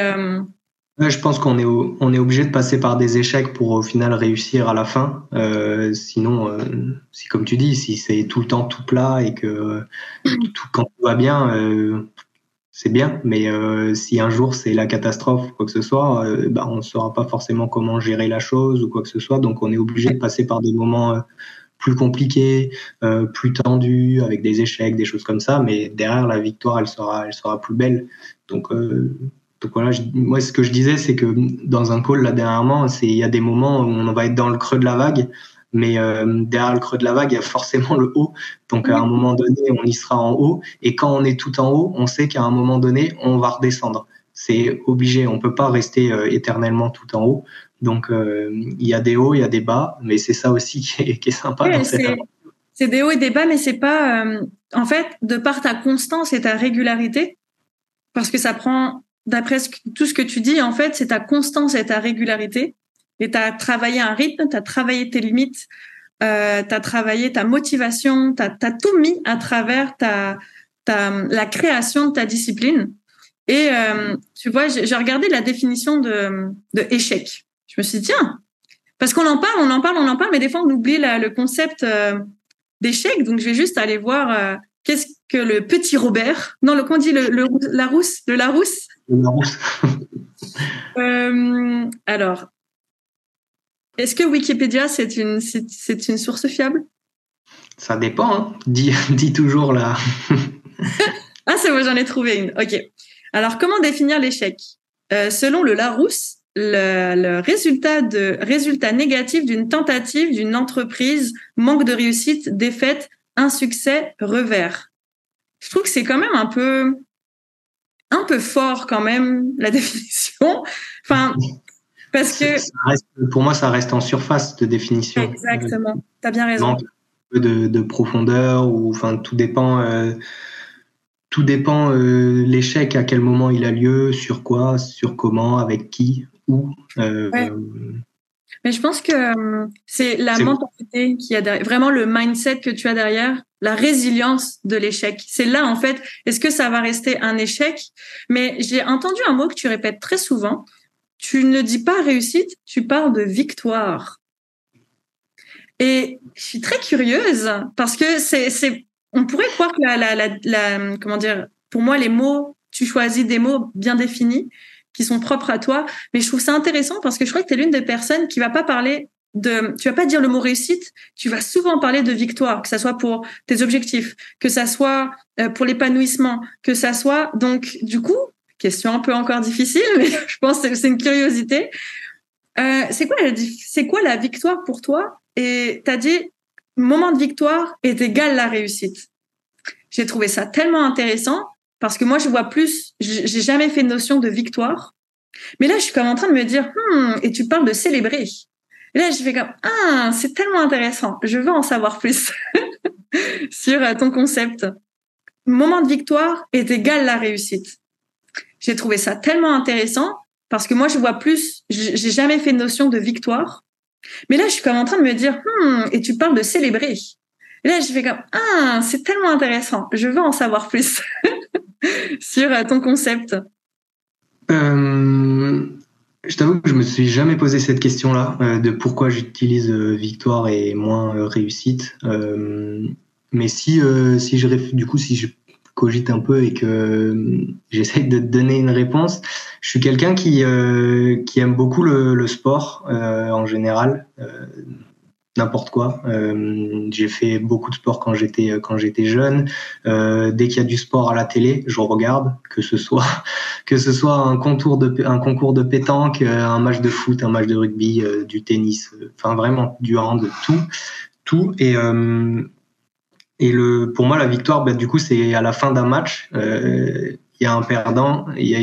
Je pense qu'on est obligé de passer par des échecs pour au final réussir à la fin. Sinon, si comme tu dis, si c'est tout le temps tout plat et que quand tout va bien, c'est bien. Mais si un jour c'est la catastrophe, quoi que ce soit, on ne saura pas forcément comment gérer la chose ou quoi que ce soit. Donc on est obligé de passer par des moments plus compliqués, plus tendus, avec des échecs, des choses comme ça. Mais derrière, la victoire, elle sera plus belle. Donc voilà, moi ce que je disais, c'est que dans un call là dernièrement, il y a des moments où on va être dans le creux de la vague, mais derrière le creux de la vague, il y a forcément le haut. Donc à un moment donné, on y sera en haut, et quand on est tout en haut, on sait qu'à un moment donné, on va redescendre. C'est obligé, on peut pas rester éternellement tout en haut. Donc il y a des hauts, il y a des bas, mais c'est ça aussi qui est sympa dans cette aventure. C'est des hauts et des bas, mais c'est pas en fait, de par ta constance et ta régularité, parce que ça prend, d'après tout ce que tu dis, en fait, c'est ta constance et ta régularité. Et tu as travaillé un rythme, tu as travaillé tes limites, tu as travaillé ta motivation, tu as tout mis à travers la création de ta discipline. Et tu vois, j'ai regardé la définition de échec. Je me suis dit, tiens, parce qu'on en parle, mais des fois, on oublie le concept d'échec. Donc, je vais juste aller voir qu'est-ce que le petit Robert. Non, qu'on dit le Larousse. Le Larousse. Alors, est-ce que Wikipédia, c'est une source fiable? Ça dépend, hein. Dis toujours là. Ah, c'est bon, j'en ai trouvé une. Ok. Alors, comment définir l'échec? Selon le Larousse, le résultat négatif d'une tentative d'une entreprise, manque de réussite, défaite, insuccès, revers. Je trouve que c'est quand même un peu fort quand même la définition. Enfin, parce que pour moi, ça reste en surface de définition. Exactement. T'as bien raison. Manque de profondeur ou enfin tout dépend. L'échec, à quel moment il a lieu, sur quoi, sur comment, avec qui, où. Ouais. Mais je pense que c'est la mentalité qui a derrière, vraiment le mindset que tu as derrière, la résilience de l'échec. C'est là, en fait, est-ce que ça va rester un échec? Mais j'ai entendu un mot que tu répètes très souvent. Tu ne dis pas réussite, tu parles de victoire. Et je suis très curieuse parce que on pourrait croire que comment dire, pour moi, les mots, tu choisis des mots bien définis qui sont propres à toi. Mais je trouve ça intéressant parce que je crois que tu es l'une des personnes qui va pas tu vas pas dire le mot réussite, tu vas souvent parler de victoire, que ça soit pour tes objectifs, que ça soit pour l'épanouissement, que ça soit, donc, du coup, question un peu encore difficile, mais je pense que c'est une curiosité. C'est quoi la victoire pour toi? Et t'as dit, moment de victoire est égal à la réussite. J'ai trouvé ça tellement intéressant parce que moi, je vois plus, j'ai jamais fait de notion de victoire. Mais là, je suis comme en train de me dire, et tu parles de célébrer. Et là, je fais comme, c'est tellement intéressant. Je veux en savoir plus sur ton concept. Moment de victoire est égal à la réussite. J'ai trouvé ça tellement intéressant parce que moi, je vois plus, j'ai jamais fait de notion de victoire. Mais là, je suis comme en train de me dire, et tu parles de célébrer. Et là, je fais comme, c'est tellement intéressant. Je veux en savoir plus sur ton concept. Je t'avoue que je me suis jamais posé cette question-là de pourquoi j'utilise victoire et moins réussite. Mais si je cogite un peu et que j'essaye de te donner une réponse, je suis quelqu'un qui aime beaucoup le sport en général. N'importe quoi. J'ai fait beaucoup de sport quand j'étais jeune. Dès qu'il y a du sport à la télé, je regarde, que ce soit un concours de pétanque, un match de foot, un match de rugby, du tennis, enfin vraiment du hand, tout. Et pour moi la victoire, du coup c'est à la fin d'un match. Il y a un perdant, il y a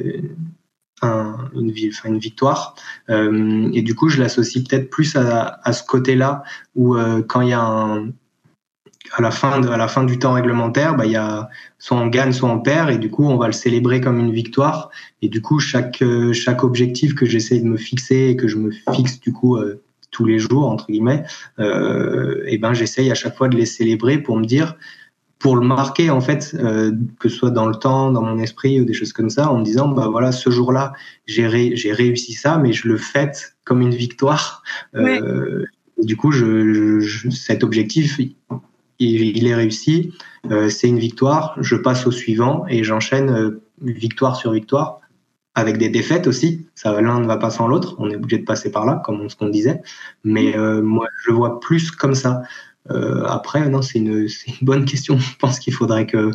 une victoire, et du coup je l'associe peut-être plus à ce côté-là où quand il y a à la fin du temps réglementaire, il y a soit on gagne soit on perd, et du coup on va le célébrer comme une victoire, et du coup chaque objectif que j'essaie de me fixer et que je me fixe du coup tous les jours entre guillemets, et j'essaye à chaque fois de les célébrer pour me dire, pour le marquer en fait, que ce soit dans le temps, dans mon esprit ou des choses comme ça, en me disant voilà, ce jour-là j'ai réussi ça, mais je le fête comme une victoire. Ouais. Et du coup cet objectif il est réussi, c'est une victoire, je passe au suivant et j'enchaîne victoire sur victoire, avec des défaites aussi. Ça, l'un ne va pas sans l'autre, on est obligé de passer par là comme ce qu'on disait, mais moi je le vois plus comme ça. Après, non, c'est une bonne question. Je pense qu'il faudrait que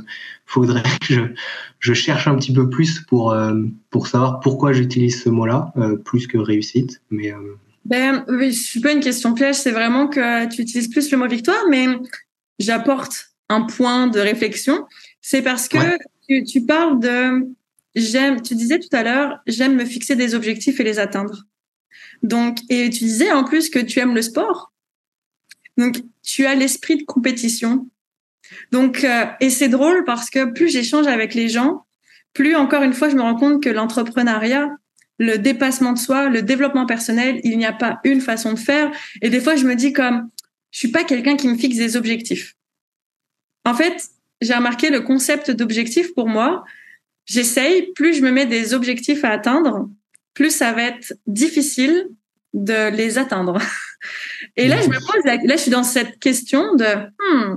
je cherche un petit peu plus pour savoir pourquoi j'utilise ce mot-là, plus que réussite. Mais oui, c'est pas une question piège, c'est vraiment que tu utilises plus le mot victoire, mais j'apporte un point de réflexion. C'est parce que tu parles tu disais tout à l'heure, j'aime me fixer des objectifs et les atteindre. Donc, et tu disais en plus que tu aimes le sport. Donc, tu as l'esprit de compétition. Donc, et c'est drôle parce que plus j'échange avec les gens, plus encore une fois, je me rends compte que l'entrepreneuriat, le dépassement de soi, le développement personnel, il n'y a pas une façon de faire. Et des fois, je me dis je suis pas quelqu'un qui me fixe des objectifs. En fait, j'ai remarqué le concept d'objectif pour moi. J'essaye, plus je me mets des objectifs à atteindre, plus ça va être difficile de les atteindre. Et là, je suis dans cette question de,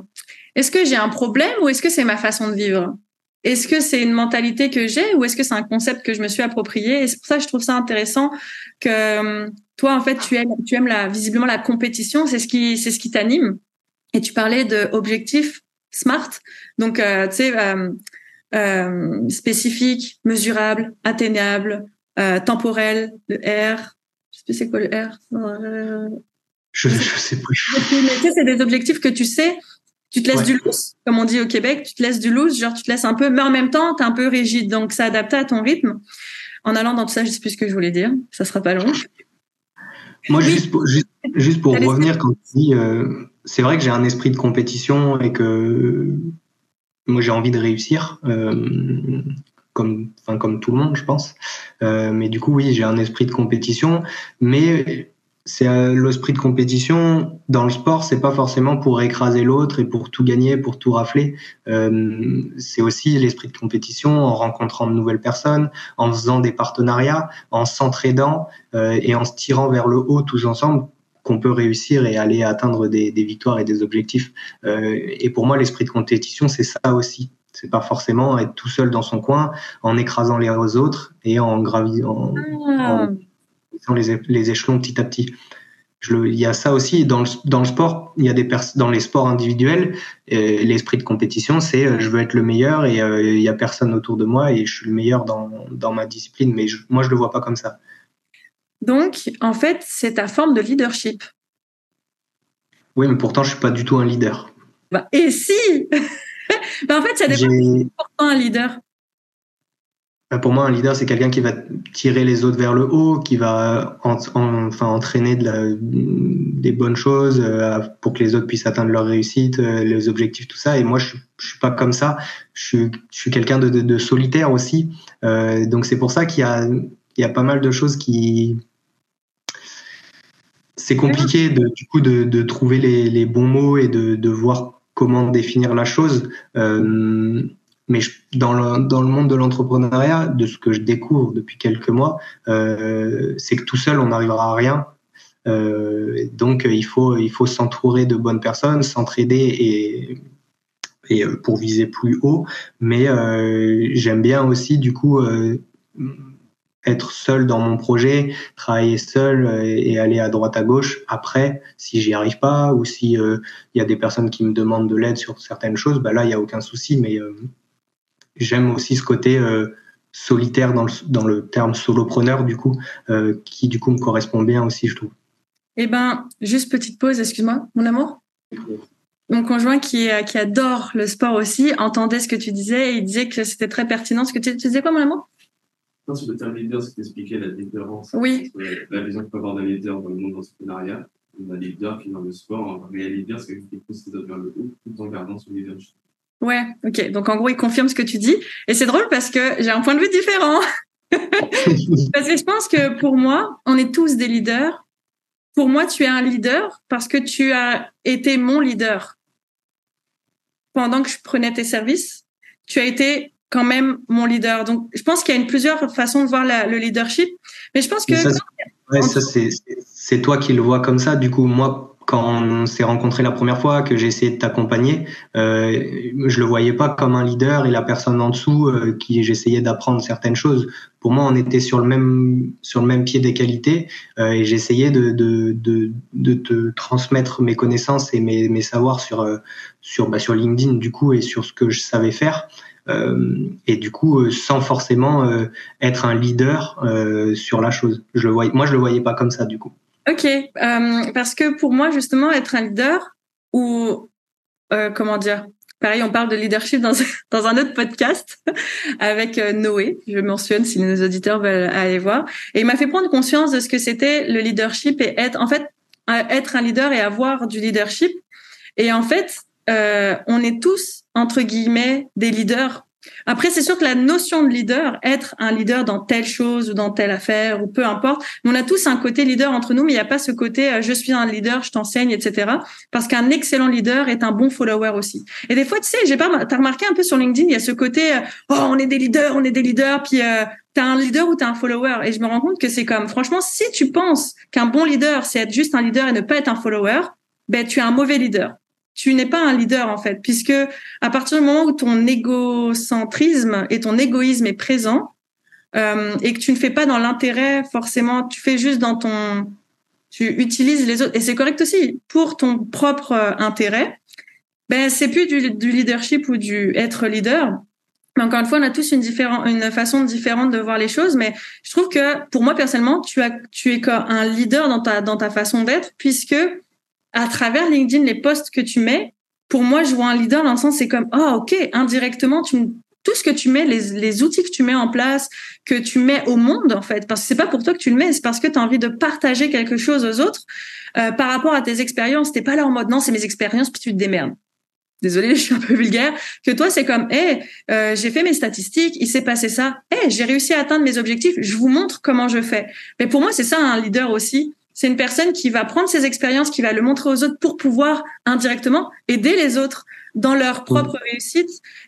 est-ce que j'ai un problème ou est-ce que c'est ma façon de vivre? Est-ce que c'est une mentalité que j'ai ou est-ce que c'est un concept que je me suis approprié? Et c'est pour ça que je trouve ça intéressant que toi, en fait, tu aimes visiblement la compétition, c'est ce qui t'anime. Et tu parlais de objectifs SMART, donc tu sais spécifique, mesurable, atteignable, temporel, le R. Je sais plus c'est quoi le R. Je sais plus. Mais tu sais, c'est des objectifs que tu sais. Tu te laisses du loose, comme on dit au Québec, tu te laisses du loose, genre tu te laisses un peu, mais en même temps, t'es un peu rigide, donc c'est adapté à ton rythme. En allant dans tout ça, je sais plus ce que je voulais dire, ça sera pas long. Moi, juste pour revenir, quand tu dis, c'est vrai que j'ai un esprit de compétition et que moi j'ai envie de réussir, comme tout le monde, je pense. Mais du coup, oui, j'ai un esprit de compétition, mais c'est l'esprit de compétition dans le sport, c'est pas forcément pour écraser l'autre et pour tout gagner, pour tout rafler. C'est aussi l'esprit de compétition en rencontrant de nouvelles personnes, en faisant des partenariats, en s'entraidant et en se tirant vers le haut tous ensemble, qu'on peut réussir et aller atteindre des victoires et des objectifs. Et pour moi, l'esprit de compétition, c'est ça aussi. C'est pas forcément être tout seul dans son coin, en écrasant les autres et en gravitant les échelons petit à petit. Il y a ça aussi dans le sport. Il y a dans les sports individuels, l'esprit de compétition, c'est je veux être le meilleur et il y a personne autour de moi et je suis le meilleur dans ma discipline. Mais moi, je le vois pas comme ça. Donc, en fait, c'est ta forme de leadership. Oui, mais pourtant, je suis pas du tout un leader. Et si en fait, ça dépend. C'est pourtant un leader. Pour moi, un leader, c'est quelqu'un qui va tirer les autres vers le haut, qui va entraîner des bonnes choses pour que les autres puissent atteindre leur réussite, les objectifs, tout ça. Et moi, je suis pas comme ça. Je suis quelqu'un de solitaire aussi. Donc c'est pour ça qu'il y a pas mal de choses qui... C'est compliqué de trouver les bons mots et de voir comment définir la chose. Mais dans le monde de l'entrepreneuriat, de ce que je découvre depuis quelques mois, c'est que tout seul, on n'arrivera à rien. Donc, il faut s'entourer de bonnes personnes, s'entraider et pour viser plus haut. Mais j'aime bien aussi, du coup, être seul dans mon projet, travailler seul et aller à droite à gauche. Après, si j'y arrive pas ou si y a des personnes qui me demandent de l'aide sur certaines choses, là, il y a aucun souci. Mais j'aime aussi ce côté solitaire dans le terme solopreneur, du coup, qui du coup me correspond bien aussi, je trouve. Juste petite pause, excuse-moi, mon amour. Mon conjoint qui adore le sport aussi entendait ce que tu disais et il disait que c'était très pertinent. Ce que tu disais quoi, mon amour? Non, sur le terme leader, c'est d'expliquer la différence. Oui. La vision qu'on peut avoir d'un leader dans le monde de l'entrepreneuriat, d'un leader qui est dans le sport. Un réel leader, c'est quelqu'un qui pousse les autres vers le haut tout en gardant son leadership. Ouais, ok. Donc en gros, il confirme ce que tu dis. Et c'est drôle parce que j'ai un point de vue différent. Parce que je pense que pour moi, on est tous des leaders. Pour moi, tu es un leader parce que tu as été mon leader. Pendant que je prenais tes services, tu as été quand même mon leader. Donc, je pense qu'il y a plusieurs façons de voir le leadership. Mais je pense que... C'est toi qui le vois comme ça. Du coup, moi, quand on s'est rencontrés la première fois, que j'ai essayé de t'accompagner, je le voyais pas comme un leader et la personne en dessous qui j'essayais d'apprendre certaines choses. Pour moi, on était sur le même pied d'égalité et j'essayais de te transmettre mes connaissances et mes savoirs sur LinkedIn du coup et sur ce que je savais faire. Et du coup, sans forcément être un leader sur la chose. Moi, je le voyais pas comme ça du coup. Ok, parce que pour moi, justement, être un leader ou comment dire, pareil, on parle de leadership dans un autre podcast avec Noé. Je mentionne si nos auditeurs veulent aller voir. Et il m'a fait prendre conscience de ce que c'était le leadership et être un leader et avoir du leadership. Et en fait, on est tous entre guillemets des leaders. Après, c'est sûr que la notion de leader, être un leader dans telle chose ou dans telle affaire ou peu importe, on a tous un côté leader entre nous, mais il n'y a pas ce côté je suis un leader, je t'enseigne, etc. Parce qu'un excellent leader est un bon follower aussi. Et des fois, tu sais, t'as remarqué un peu sur LinkedIn, il y a ce côté on est des leaders, puis t'as un leader ou t'as un follower. Et je me rends compte que c'est comme, franchement, si tu penses qu'un bon leader, c'est être juste un leader et ne pas être un follower, tu es un mauvais leader. tu n'es pas un leader en fait, puisque à partir du moment où ton égocentrisme et ton égoïsme est présent et que tu ne fais pas dans l'intérêt forcément, tu fais juste tu utilises les autres et c'est correct aussi pour ton propre intérêt. Ben c'est plus du leadership ou du être leader. Mais encore une fois, on a tous une façon différente de voir les choses, mais je trouve que pour moi personnellement, tu es un leader dans ta façon d'être, puisque à travers LinkedIn, les posts que tu mets, pour moi, je vois un leader dans le sens, c'est comme, ok, indirectement, tout ce que tu mets, les outils que tu mets en place, que tu mets au monde, en fait, parce que c'est pas pour toi que tu le mets, c'est parce que tu as envie de partager quelque chose aux autres, par rapport à tes expériences. T'es pas là en mode, non, c'est mes expériences, puis tu te démerdes. Désolée, je suis un peu vulgaire, que toi, c'est comme, j'ai fait mes statistiques, il s'est passé ça, j'ai réussi à atteindre mes objectifs, je vous montre comment je fais. Mais pour moi, c'est ça, un leader aussi. C'est une personne qui va prendre ses expériences, qui va le montrer aux autres pour pouvoir indirectement aider les autres dans leur propre réussite.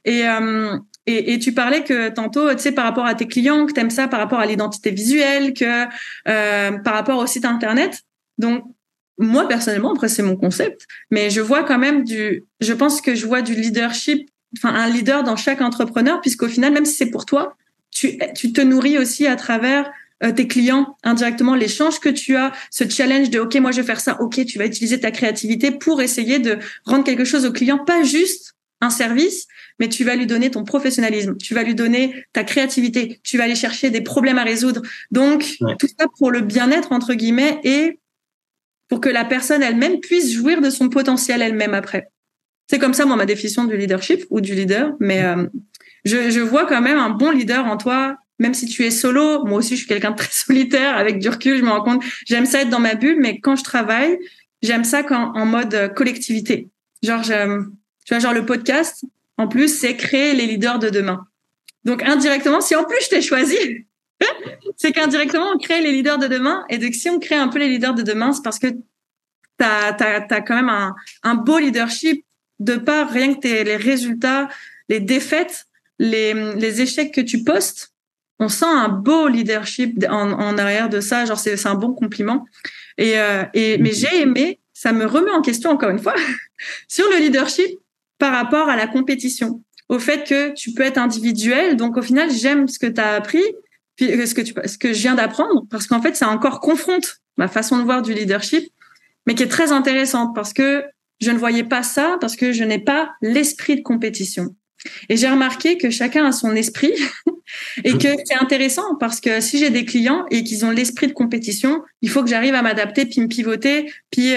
Et tu parlais que tantôt, tu sais, par rapport à tes clients, que t'aimes ça par rapport à l'identité visuelle, que par rapport au site internet. Donc, moi, personnellement, après, c'est mon concept, mais je vois quand même je pense que je vois du leadership, enfin, un leader dans chaque entrepreneur, puisqu'au final, même si c'est pour toi, tu te nourris aussi à travers tes clients indirectement, l'échange que tu as, ce challenge de OK, moi je vais faire ça, OK, tu vas utiliser ta créativité pour essayer de rendre quelque chose au client, pas juste un service, mais tu vas lui donner ton professionnalisme, tu vas lui donner ta créativité, tu vas aller chercher des problèmes à résoudre. Donc tout ça pour le bien-être entre guillemets et pour que la personne elle-même puisse jouir de son potentiel elle-même après. C'est comme ça moi ma définition du leadership ou du leader, mais je vois quand même un bon leader en toi. Même si tu es solo, moi aussi je suis quelqu'un de très solitaire, avec du recul, je me rends compte, j'aime ça être dans ma bulle, mais quand je travaille, j'aime ça en mode collectivité. Genre, tu vois, genre le podcast, en plus, c'est créer les leaders de demain. Donc indirectement, si en plus je t'ai choisi, c'est qu'indirectement on crée les leaders de demain, et donc si on crée un peu les leaders de demain, c'est parce que t'as quand même un beau leadership de par rien que les résultats, les défaites, les échecs que tu postes. On sent un beau leadership en arrière de ça, genre c'est un bon compliment. Mais j'ai aimé, ça me remet en question encore une fois sur le leadership par rapport à la compétition, au fait que tu peux être individuel. Donc au final, j'aime ce que tu as appris, puis ce que je viens d'apprendre, parce qu'en fait, ça encore confronte ma façon de voir du leadership, mais qui est très intéressante parce que je ne voyais pas ça, parce que je n'ai pas l'esprit de compétition. Et j'ai remarqué que chacun a son esprit et que c'est intéressant parce que si j'ai des clients et qu'ils ont l'esprit de compétition, il faut que j'arrive à m'adapter puis me pivoter puis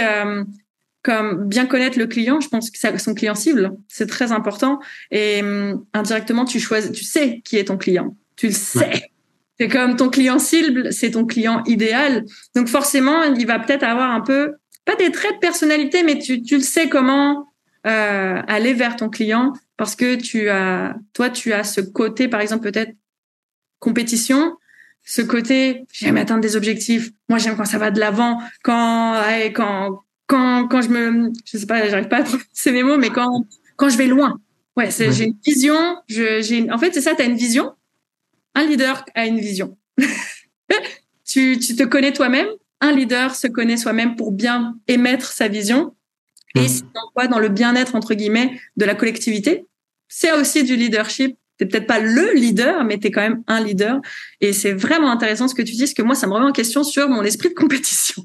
comme bien connaître le client. Je pense que c'est son client cible, c'est très important. Et indirectement, tu sais qui est ton client, tu le sais. C'est comme ton client cible, c'est ton client idéal. Donc forcément, il va peut-être avoir un peu pas des traits de personnalité, mais tu le sais comment aller vers ton client. Parce que tu as ce côté, par exemple, peut-être compétition, ce côté, j'aime atteindre des objectifs. Moi, j'aime quand ça va de l'avant, quand je sais pas, j'arrive pas à trouver mes mots, mais quand je vais loin. Ouais, j'ai une vision, en fait, c'est ça, t'as une vision. Un leader a une vision. Tu te connais toi-même. Un leader se connaît soi-même pour bien émettre sa vision. Et si on dans le bien-être, entre guillemets, de la collectivité, c'est aussi du leadership. T'es peut-être pas le leader, mais t'es quand même un leader. Et c'est vraiment intéressant ce que tu dis, parce que moi, ça me remet en question sur mon esprit de compétition.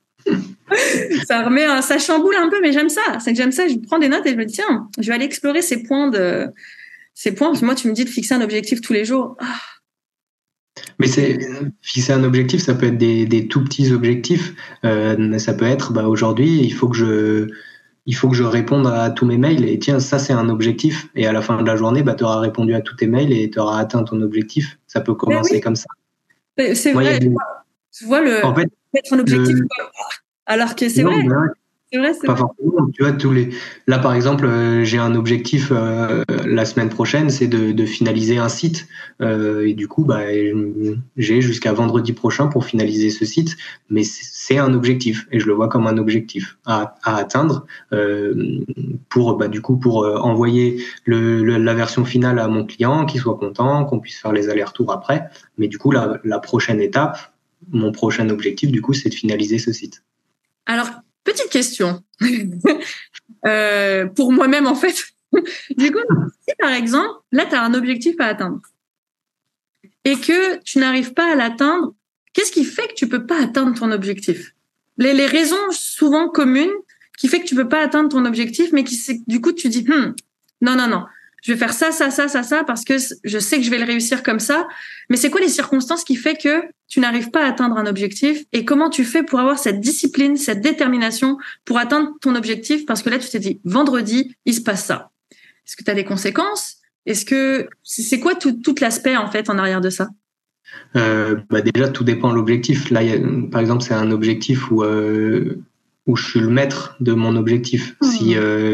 Ça chamboule un peu, mais j'aime ça. C'est que j'aime ça. Je prends des notes et je me dis, tiens, je vais aller explorer ces points. Parce que moi, tu me dis de fixer un objectif tous les jours. Mais fixer un objectif, ça peut être des tout petits objectifs. Ça peut être, aujourd'hui, il faut que je réponde à tous mes mails, et tiens, ça c'est un objectif, et à la fin de la journée, tu auras répondu à tous tes mails et tu auras atteint ton objectif. Ça peut commencer comme ça. C'est vrai, tu vois mettre un objectif alors que c'est vrai. C'est vrai, pas forcément. Tu vois, là, par exemple, j'ai un objectif la semaine prochaine, c'est de finaliser un site. Et du coup, j'ai jusqu'à vendredi prochain pour finaliser ce site. Mais c'est un objectif, et je le vois comme un objectif à atteindre pour envoyer la version finale à mon client, qu'il soit content, qu'on puisse faire les allers-retours après. Mais du coup, la prochaine étape, mon prochain objectif, du coup, c'est de finaliser ce site. Alors, petite question. pour moi-même en fait. Du coup, si par exemple, là, tu as un objectif à atteindre et que tu n'arrives pas à l'atteindre, qu'est-ce qui fait que tu peux pas atteindre ton objectif? Les raisons souvent communes qui fait que tu peux pas atteindre ton objectif, mais du coup, tu dis, non, je vais faire ça, parce que je sais que je vais le réussir comme ça. Mais c'est quoi les circonstances qui fait que tu n'arrives pas à atteindre un objectif et comment tu fais pour avoir cette discipline, cette détermination pour atteindre ton objectif? Parce que là, tu t'es dit, vendredi, il se passe ça. Est-ce que tu as des conséquences? Est-ce que c'est quoi tout l'aspect en fait en arrière de ça? Déjà, tout dépend de l'objectif. Là, par exemple, c'est un objectif où je suis le maître de mon objectif. Si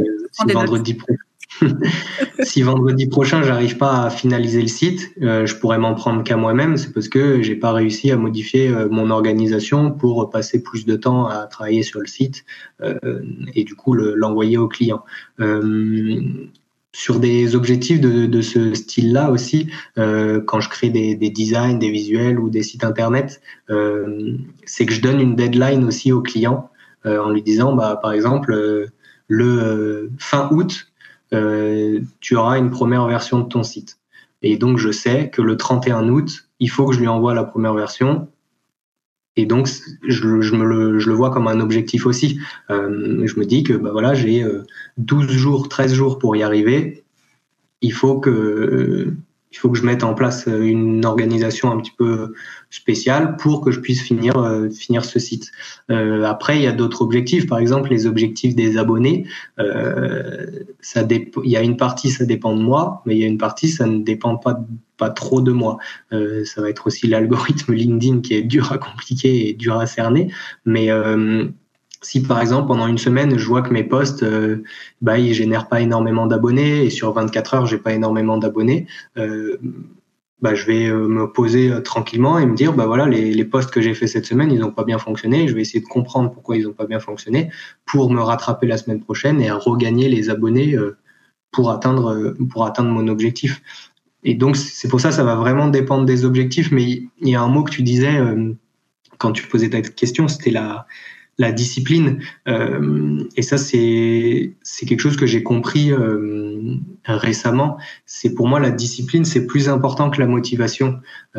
vendredi prochain, j'arrive pas à finaliser le site, je pourrais m'en prendre qu'à moi-même. C'est parce que j'ai pas réussi à modifier mon organisation pour passer plus de temps à travailler sur le site et du coup l'envoyer au client. Sur des objectifs de ce style-là aussi, quand je crée des designs, des visuels ou des sites internet, c'est que je donne une deadline aussi au client en lui disant, par exemple, le fin août, tu auras une première version de ton site. Et donc, je sais que le 31 août, il faut que je lui envoie la première version. Et donc, je le vois comme un objectif aussi. Je me dis que voilà, j'ai 12 jours, 13 jours pour y arriver. Il faut que je mette en place une organisation un petit peu spéciale pour que je puisse finir ce site. Après, il y a d'autres objectifs. Par exemple, les objectifs des abonnés. Il y a une partie, ça dépend de moi, mais il y a une partie, ça ne dépend pas trop de moi. Ça va être aussi l'algorithme LinkedIn qui est dur à compliquer et dur à cerner. Mais si par exemple pendant une semaine je vois que mes posts ils génèrent pas énormément d'abonnés et sur 24 heures j'ai pas énormément d'abonnés, je vais me poser tranquillement et me dire voilà, les posts que j'ai fait cette semaine ils ont pas bien fonctionné, je vais essayer de comprendre pourquoi ils ont pas bien fonctionné pour me rattraper la semaine prochaine et à regagner les abonnés pour atteindre mon objectif. Et donc c'est pour ça va vraiment dépendre des objectifs. Mais il y a un mot que tu disais quand tu posais ta question, c'était la discipline, et ça c'est quelque chose que j'ai compris récemment. C'est pour moi la discipline, c'est plus important que la motivation,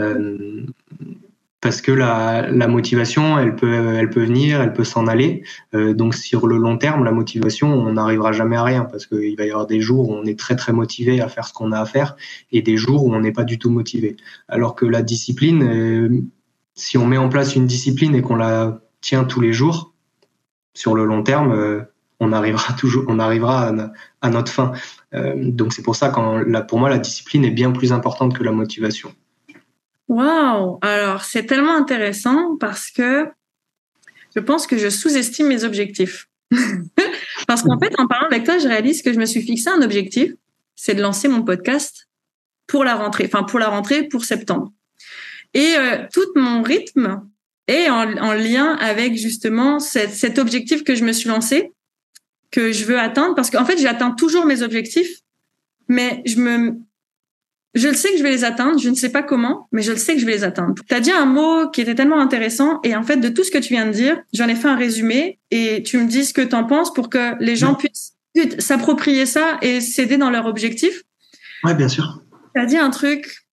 parce que la motivation, elle peut venir, elle peut s'en aller. Donc sur le long terme, la motivation, on n'arrivera jamais à rien, parce qu'il va y avoir des jours où on est très très motivé à faire ce qu'on a à faire, et des jours où on n'est pas du tout motivé. Alors que la discipline, si on met en place une discipline et qu'on la tient tous les jours, sur le long terme, on arrivera à notre fin. Donc c'est pour ça pour moi la discipline est bien plus importante que la motivation. Waouh! Alors c'est tellement intéressant parce que je pense que je sous-estime mes objectifs. Parce qu'en fait, en parlant avec toi, je réalise que je me suis fixé un objectif, c'est de lancer mon podcast pour la rentrée, pour septembre. Et tout mon rythme est en lien avec justement cet objectif que je me suis lancé, que je veux atteindre, parce qu'en fait, j'atteins toujours mes objectifs, mais je le sais que je vais les atteindre, je ne sais pas comment, mais je le sais que je vais les atteindre. Tu as dit un mot qui était tellement intéressant, et en fait, de tout ce que tu viens de dire, j'en ai fait un résumé, et tu me dis ce que tu en penses pour que les gens puissent s'approprier ça et s'aider dans leur objectif. Ouais, bien sûr. Tu as dit un truc,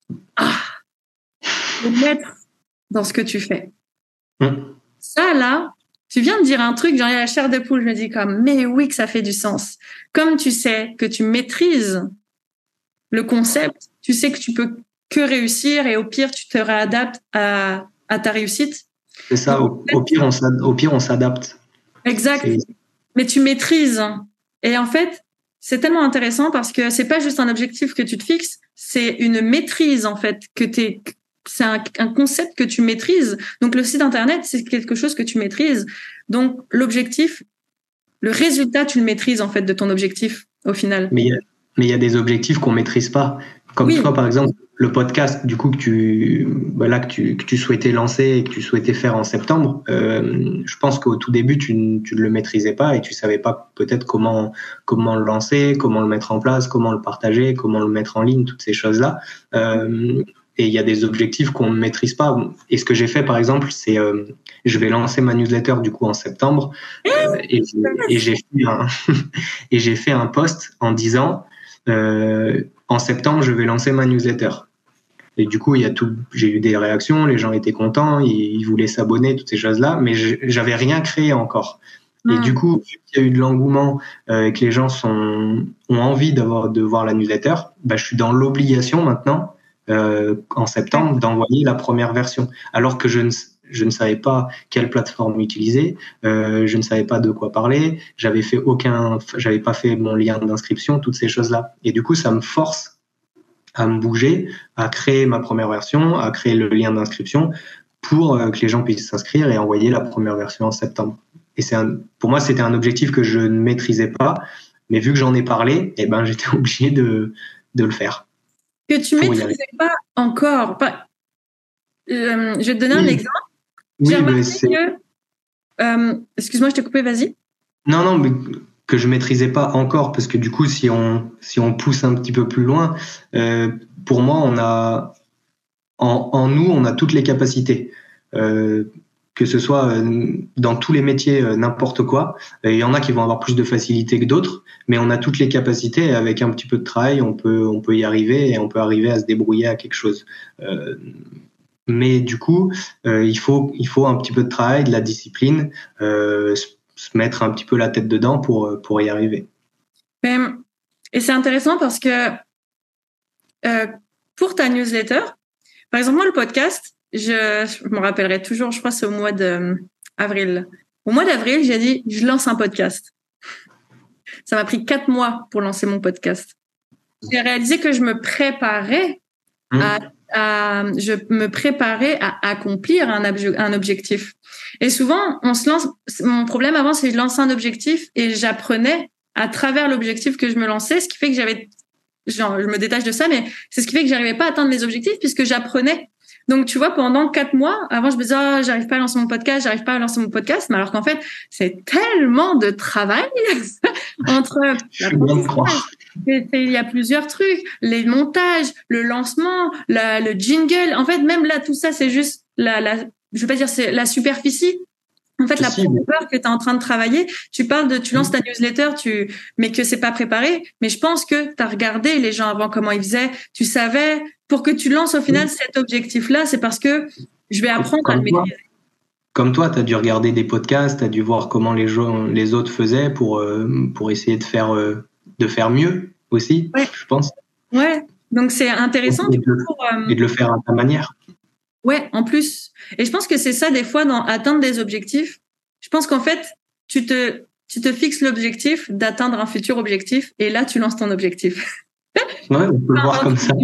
de mettre dans ce que tu fais. Ça, là, tu viens de dire un truc, j'en ai la chair de poule, je me dis mais oui que ça fait du sens. Comme tu sais que tu maîtrises le concept, tu sais que tu peux que réussir et au pire, tu te réadaptes à ta réussite. C'est ça, au pire, on s'adapte. Exact. Mais tu maîtrises. Et en fait, c'est tellement intéressant parce que c'est pas juste un objectif que tu te fixes, c'est une maîtrise, en fait, c'est un concept que tu maîtrises. Donc, le site internet, c'est quelque chose que tu maîtrises. Donc, l'objectif, le résultat, tu le maîtrises, en fait, de ton objectif, au final. Mais il y a des objectifs qu'on maîtrise pas. Comme toi, par exemple, le podcast, du coup, que tu souhaitais lancer et que tu souhaitais faire en septembre, je pense qu'au tout début, tu ne le maîtrisais pas et tu savais pas peut-être comment le lancer, comment le mettre en place, comment le partager, comment le mettre en ligne, toutes ces choses-là. et il y a des objectifs qu'on ne maîtrise pas. Et ce que j'ai fait, par exemple, c'est je vais lancer ma newsletter du coup en septembre et j'ai fait et j'ai fait un post en disant en septembre, je vais lancer ma newsletter. Et du coup, j'ai eu des réactions, les gens étaient contents, ils voulaient s'abonner, toutes ces choses-là, mais j'avais rien créé encore. Et du coup, vu qu'il y a eu de l'engouement et que les gens ont envie de voir la newsletter, je suis dans l'obligation maintenant, en septembre, d'envoyer la première version. Alors que je ne savais pas quelle plateforme utiliser, je ne savais pas de quoi parler, j'avais pas fait mon lien d'inscription, toutes ces choses-là. Et du coup, ça me force à me bouger, à créer ma première version, à créer le lien d'inscription pour que les gens puissent s'inscrire et envoyer la première version en septembre. Et pour moi, c'était un objectif que je ne maîtrisais pas, mais vu que j'en ai parlé, j'étais obligé de le faire. Que tu maîtrisais pas encore. Je vais te donner un exemple. Oui, j'ai remarqué que... excuse-moi, je t'ai coupé, vas-y. Non, mais que je maîtrisais pas encore, parce que du coup, si on pousse un petit peu plus loin, pour moi, on a en nous, on a toutes les capacités. Que ce soit dans tous les métiers, n'importe quoi. Il y en a qui vont avoir plus de facilité que d'autres, mais on a toutes les capacités et avec un petit peu de travail, on peut y arriver et on peut arriver à se débrouiller à quelque chose. Mais du coup, il faut un petit peu de travail, de la discipline, se mettre un petit peu la tête dedans pour y arriver. Et c'est intéressant parce que pour ta newsletter, par exemple, moi, le podcast, je me rappellerai toujours, je crois que c'est au mois d'avril. Au mois d'avril, j'ai dit, je lance un podcast. Ça m'a pris 4 mois pour lancer mon podcast. J'ai réalisé que je me préparais je me préparais à accomplir un objectif. Et souvent, on se lance. Mon problème avant, c'est que je lançais un objectif et j'apprenais à travers l'objectif que je me lançais, ce qui fait que je me détache de ça, mais c'est ce qui fait que j'arrivais pas à atteindre mes objectifs puisque j'apprenais. Donc, tu vois, pendant 4 mois, avant, je me disais, j'arrive pas à lancer mon podcast, mais alors qu'en fait, c'est tellement de travail entre il y a plusieurs trucs, les montages, le lancement, le jingle. En fait, même là, tout ça, c'est juste je veux pas dire c'est la superficie. En fait, la profondeur que tu es en train de travailler, tu lances ta newsletter, mais que c'est pas préparé. Mais je pense que tu as regardé les gens avant comment ils faisaient. Tu savais, pour que tu lances au final cet objectif-là, c'est parce que je vais apprendre à le maîtriser. Comme toi, tu as dû regarder des podcasts, tu as dû voir comment les autres faisaient pour essayer de faire mieux aussi, je pense. Ouais, donc c'est intéressant. Et de le faire à ta manière. Ouais, en plus. Et je pense que c'est ça, des fois, dans atteindre des objectifs. Je pense qu'en fait, tu te fixes l'objectif d'atteindre un futur objectif et là, tu lances ton objectif. Ouais, on peut le voir comme ça.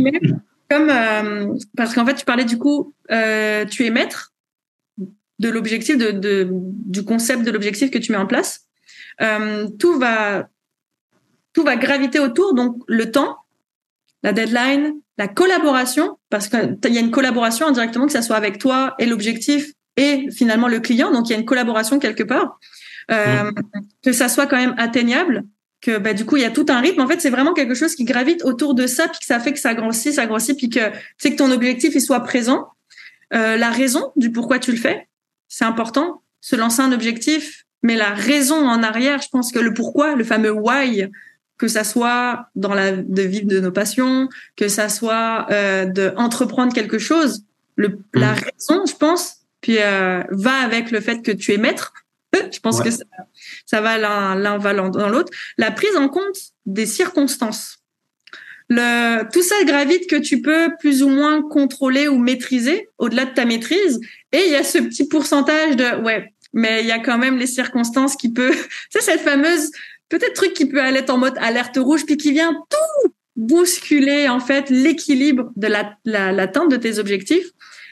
Parce qu'en fait, tu parlais du coup, tu es maître de l'objectif, du concept de l'objectif que tu mets en place. Tout va graviter autour, donc le temps, la deadline, la collaboration, parce qu'il y a une collaboration indirectement, que ça soit avec toi et l'objectif et finalement le client, donc il y a une collaboration quelque part, que ça soit quand même atteignable, que du coup il y a tout un rythme. En fait, c'est vraiment quelque chose qui gravite autour de ça, puis que ça fait que ça grossit, puis que c'est que ton objectif il soit présent. La raison du pourquoi tu le fais, c'est important. Se lancer un objectif, mais la raison en arrière, je pense que le pourquoi, le fameux why, que ça soit de vivre de nos passions, que ça soit de entreprendre quelque chose, la raison, je pense, puis va avec le fait que tu es maître. Je pense que ça va l'un va dans l'autre. La prise en compte des circonstances. Tout ça gravite que tu peux plus ou moins contrôler ou maîtriser au-delà de ta maîtrise. Et il y a ce petit pourcentage mais il y a quand même les circonstances qui peut, c'est cette fameuse peut-être truc qui peut aller en mode alerte rouge puis qui vient tout bousculer en fait l'équilibre de l'atteinte de tes objectifs.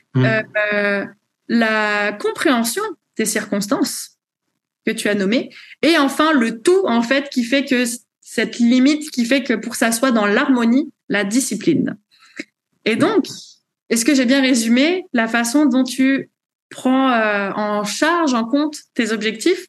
La compréhension des circonstances que tu as nommées et enfin le tout en fait qui fait que cette limite qui fait que pour que ça soit dans l'harmonie, la discipline. Et donc, est-ce que j'ai bien résumé la façon dont tu prends en compte tes objectifs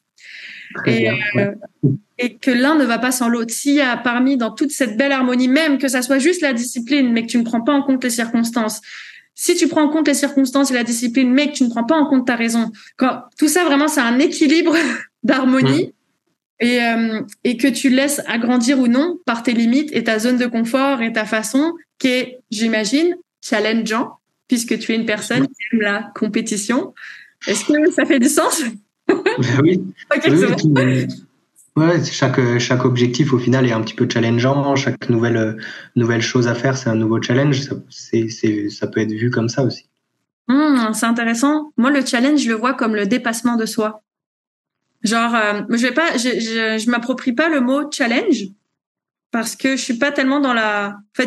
et que l'un ne va pas sans l'autre. S'il y a dans toute cette belle harmonie, même que ça soit juste la discipline, mais que tu ne prends pas en compte les circonstances, si tu prends en compte les circonstances et la discipline, mais que tu ne prends pas en compte ta raison, quand tout ça vraiment c'est un équilibre d'harmonie et que tu laisses agrandir ou non par tes limites et ta zone de confort et ta façon qui est, j'imagine, challengeant puisque tu es une personne qui aime la compétition. Est-ce que ça fait du sens? Oui. Okay, Oui, ouais, chaque objectif au final est un petit peu challengeant. Chaque nouvelle chose à faire, c'est un nouveau challenge. Ça peut être vu comme ça aussi. C'est intéressant. Moi, le challenge, je le vois comme le dépassement de soi. Genre, je m'approprie pas le mot challenge parce que je suis pas tellement dans en fait,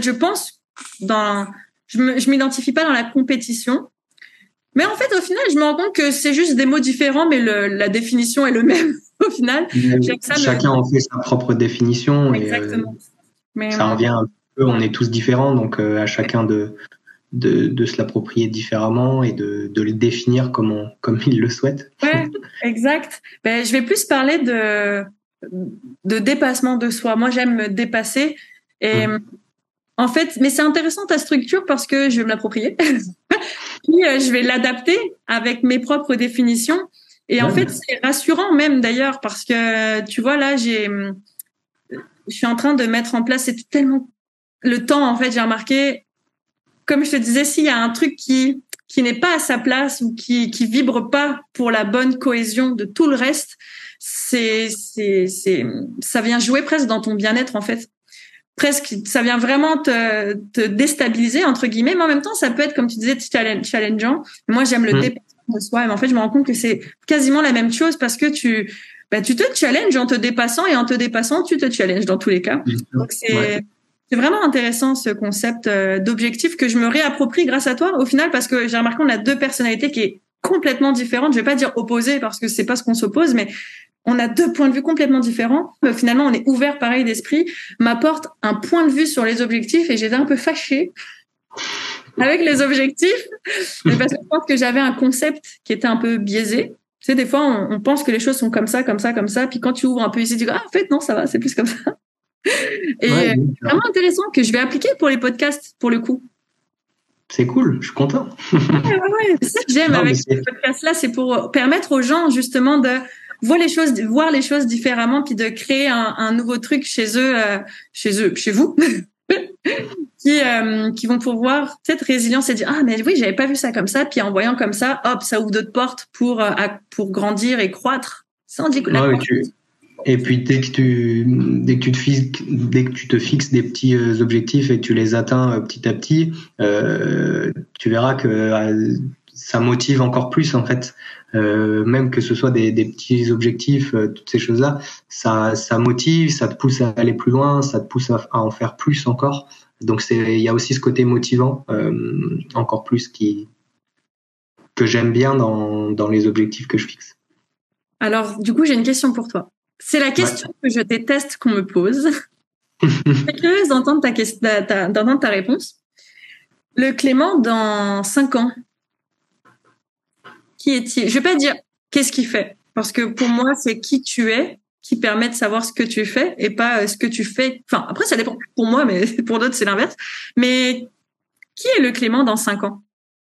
je m'identifie pas dans la compétition. Mais en fait, au final, je me rends compte que c'est juste des mots différents, mais la définition est le même au final. Chacun en fait sa propre définition. Exactement. Et ça revient un peu, on est tous différents, donc à chacun de se l'approprier différemment et de le définir comme il le souhaite. Ouais, exact. Je vais plus parler de dépassement de soi. Moi, j'aime me dépasser. Et en fait, mais c'est intéressant ta structure parce que je vais me l'approprier. Puis je vais l'adapter avec mes propres définitions. Et en fait, c'est rassurant même d'ailleurs parce que tu vois là, je suis en train de mettre en place. C'est tellement le temps en fait. J'ai remarqué, comme je te disais, s'il y a un truc qui n'est pas à sa place ou qui vibre pas pour la bonne cohésion de tout le reste, ça vient jouer presque dans ton bien-être en fait. Presque, ça vient vraiment te déstabiliser entre guillemets, mais en même temps, ça peut être comme tu disais challengeant. Moi, j'aime le dépassement de soi, mais en fait, je me rends compte que c'est quasiment la même chose parce que tu te challenges en te dépassant et en te dépassant, tu te challenges dans tous les cas. Donc c'est vraiment intéressant ce concept d'objectif que je me réapproprie grâce à toi au final parce que j'ai remarqué qu'on a deux personnalités qui est complètement différentes. Je vais pas dire opposées parce que c'est pas ce qu'on s'oppose, mais on a deux points de vue complètement différents. Finalement, on est ouvert pareil d'esprit, m'apporte un point de vue sur les objectifs et j'étais un peu fâchée avec les objectifs parce que je pense que j'avais un concept qui était un peu biaisé. Tu sais, des fois, on pense que les choses sont comme ça, puis quand tu ouvres un peu ici, tu dis en fait non, ça va, c'est plus comme ça. Et c'est vraiment intéressant que je vais appliquer pour les podcasts pour le coup. C'est cool, je suis content. Ouais. C'est ça que j'aime avec ce podcast-là, c'est pour permettre aux gens justement de voir les choses différemment, puis de créer un nouveau truc chez vous, qui vont pouvoir cette résilience et dire mais oui, j'avais pas vu ça comme ça, puis en voyant comme ça, hop, ça ouvre d'autres portes pour grandir et croître. Sans dire Et puis dès que tu te fixes des petits objectifs et que tu les atteins petit à petit, tu verras que ça motive encore plus en fait. Même que ce soit des petits objectifs, toutes ces choses-là, ça motive, ça te pousse à aller plus loin, ça te pousse à en faire plus encore. Donc il y a aussi ce côté motivant encore plus que j'aime bien dans les objectifs que je fixe. Alors du coup, j'ai une question pour toi. C'est la question que je déteste qu'on me pose. Je suis curieuse d'entendre ta réponse. Le Clément dans 5 ans, qui est-il? Je vais pas dire qu'est-ce qu'il fait, parce que pour moi, c'est qui tu es qui permet de savoir ce que tu fais et pas ce que tu fais. Enfin, après, ça dépend pour moi, mais pour d'autres, c'est l'inverse. Mais qui est le Clément dans 5 ans?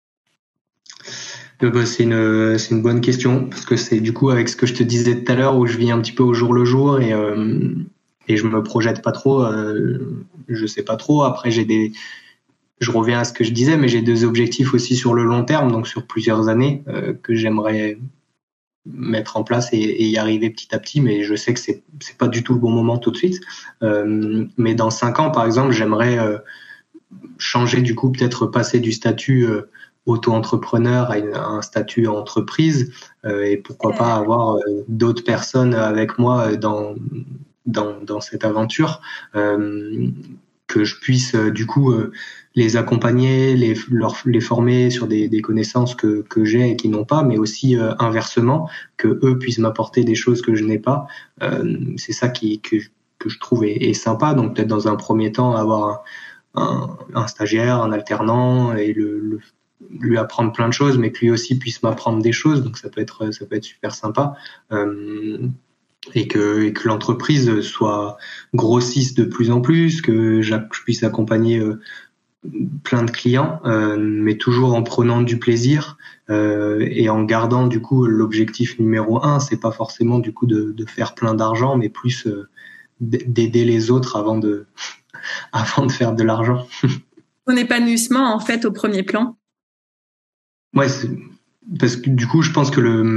C'est une bonne question parce que c'est du coup avec ce que je te disais tout à l'heure où je vis un petit peu au jour le jour et je me projette pas trop, je sais pas trop. Après je reviens à ce que je disais, mais j'ai des objectifs aussi sur le long terme, donc sur plusieurs années que j'aimerais mettre en place et y arriver petit à petit, mais je sais que c'est pas du tout le bon moment tout de suite. Mais dans 5 ans, par exemple, j'aimerais changer du coup, peut-être passer du statut auto-entrepreneur à un statut entreprise et pourquoi pas avoir d'autres personnes avec moi dans cette aventure, que je puisse du coup les accompagner, les former sur des connaissances que j'ai et qui n'ont pas, mais aussi inversement, que eux puissent m'apporter des choses que je n'ai pas. C'est ça que je trouve est sympa. Donc peut-être dans un premier temps avoir un stagiaire, un alternant et lui apprendre plein de choses, mais que lui aussi puisse m'apprendre des choses. Donc ça peut être super sympa. Et que l'entreprise grossisse de plus en plus, que je puisse accompagner plein de clients, mais toujours en prenant du plaisir et en gardant du coup l'objectif numéro un. C'est pas forcément du coup de faire plein d'argent, mais plus d'aider les autres avant de faire de l'argent. Ton épanouissement en fait au premier plan. Ouais, parce que du coup, je pense que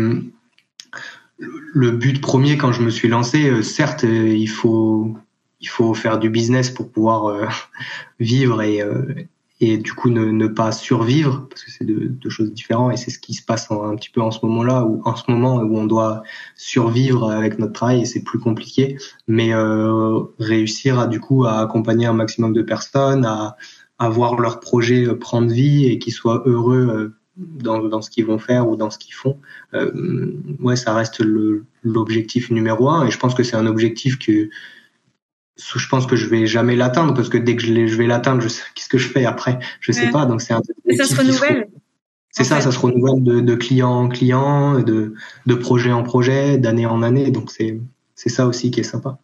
le but premier quand je me suis lancé, certes, il faut faire du business pour pouvoir vivre et du coup ne pas survivre, parce que c'est deux choses différentes, et c'est ce qui se passe un petit peu en ce moment-là, où on doit survivre avec notre travail et c'est plus compliqué, mais réussir à accompagner un maximum de personnes, à voir leur projet prendre vie et qu'ils soient heureux dans ce qu'ils vont faire ou dans ce qu'ils font, ouais, ça reste l'objectif numéro un, et je pense que c'est un objectif que je pense que je vais jamais l'atteindre, parce que dès que je vais l'atteindre, qu'est-ce que je fais après? Je sais pas. Donc c'est un objectif. Ça se renouvelle. C'est ça, ça se renouvelle de client en client, de projet en projet, d'année en année. Donc c'est ça aussi qui est sympa.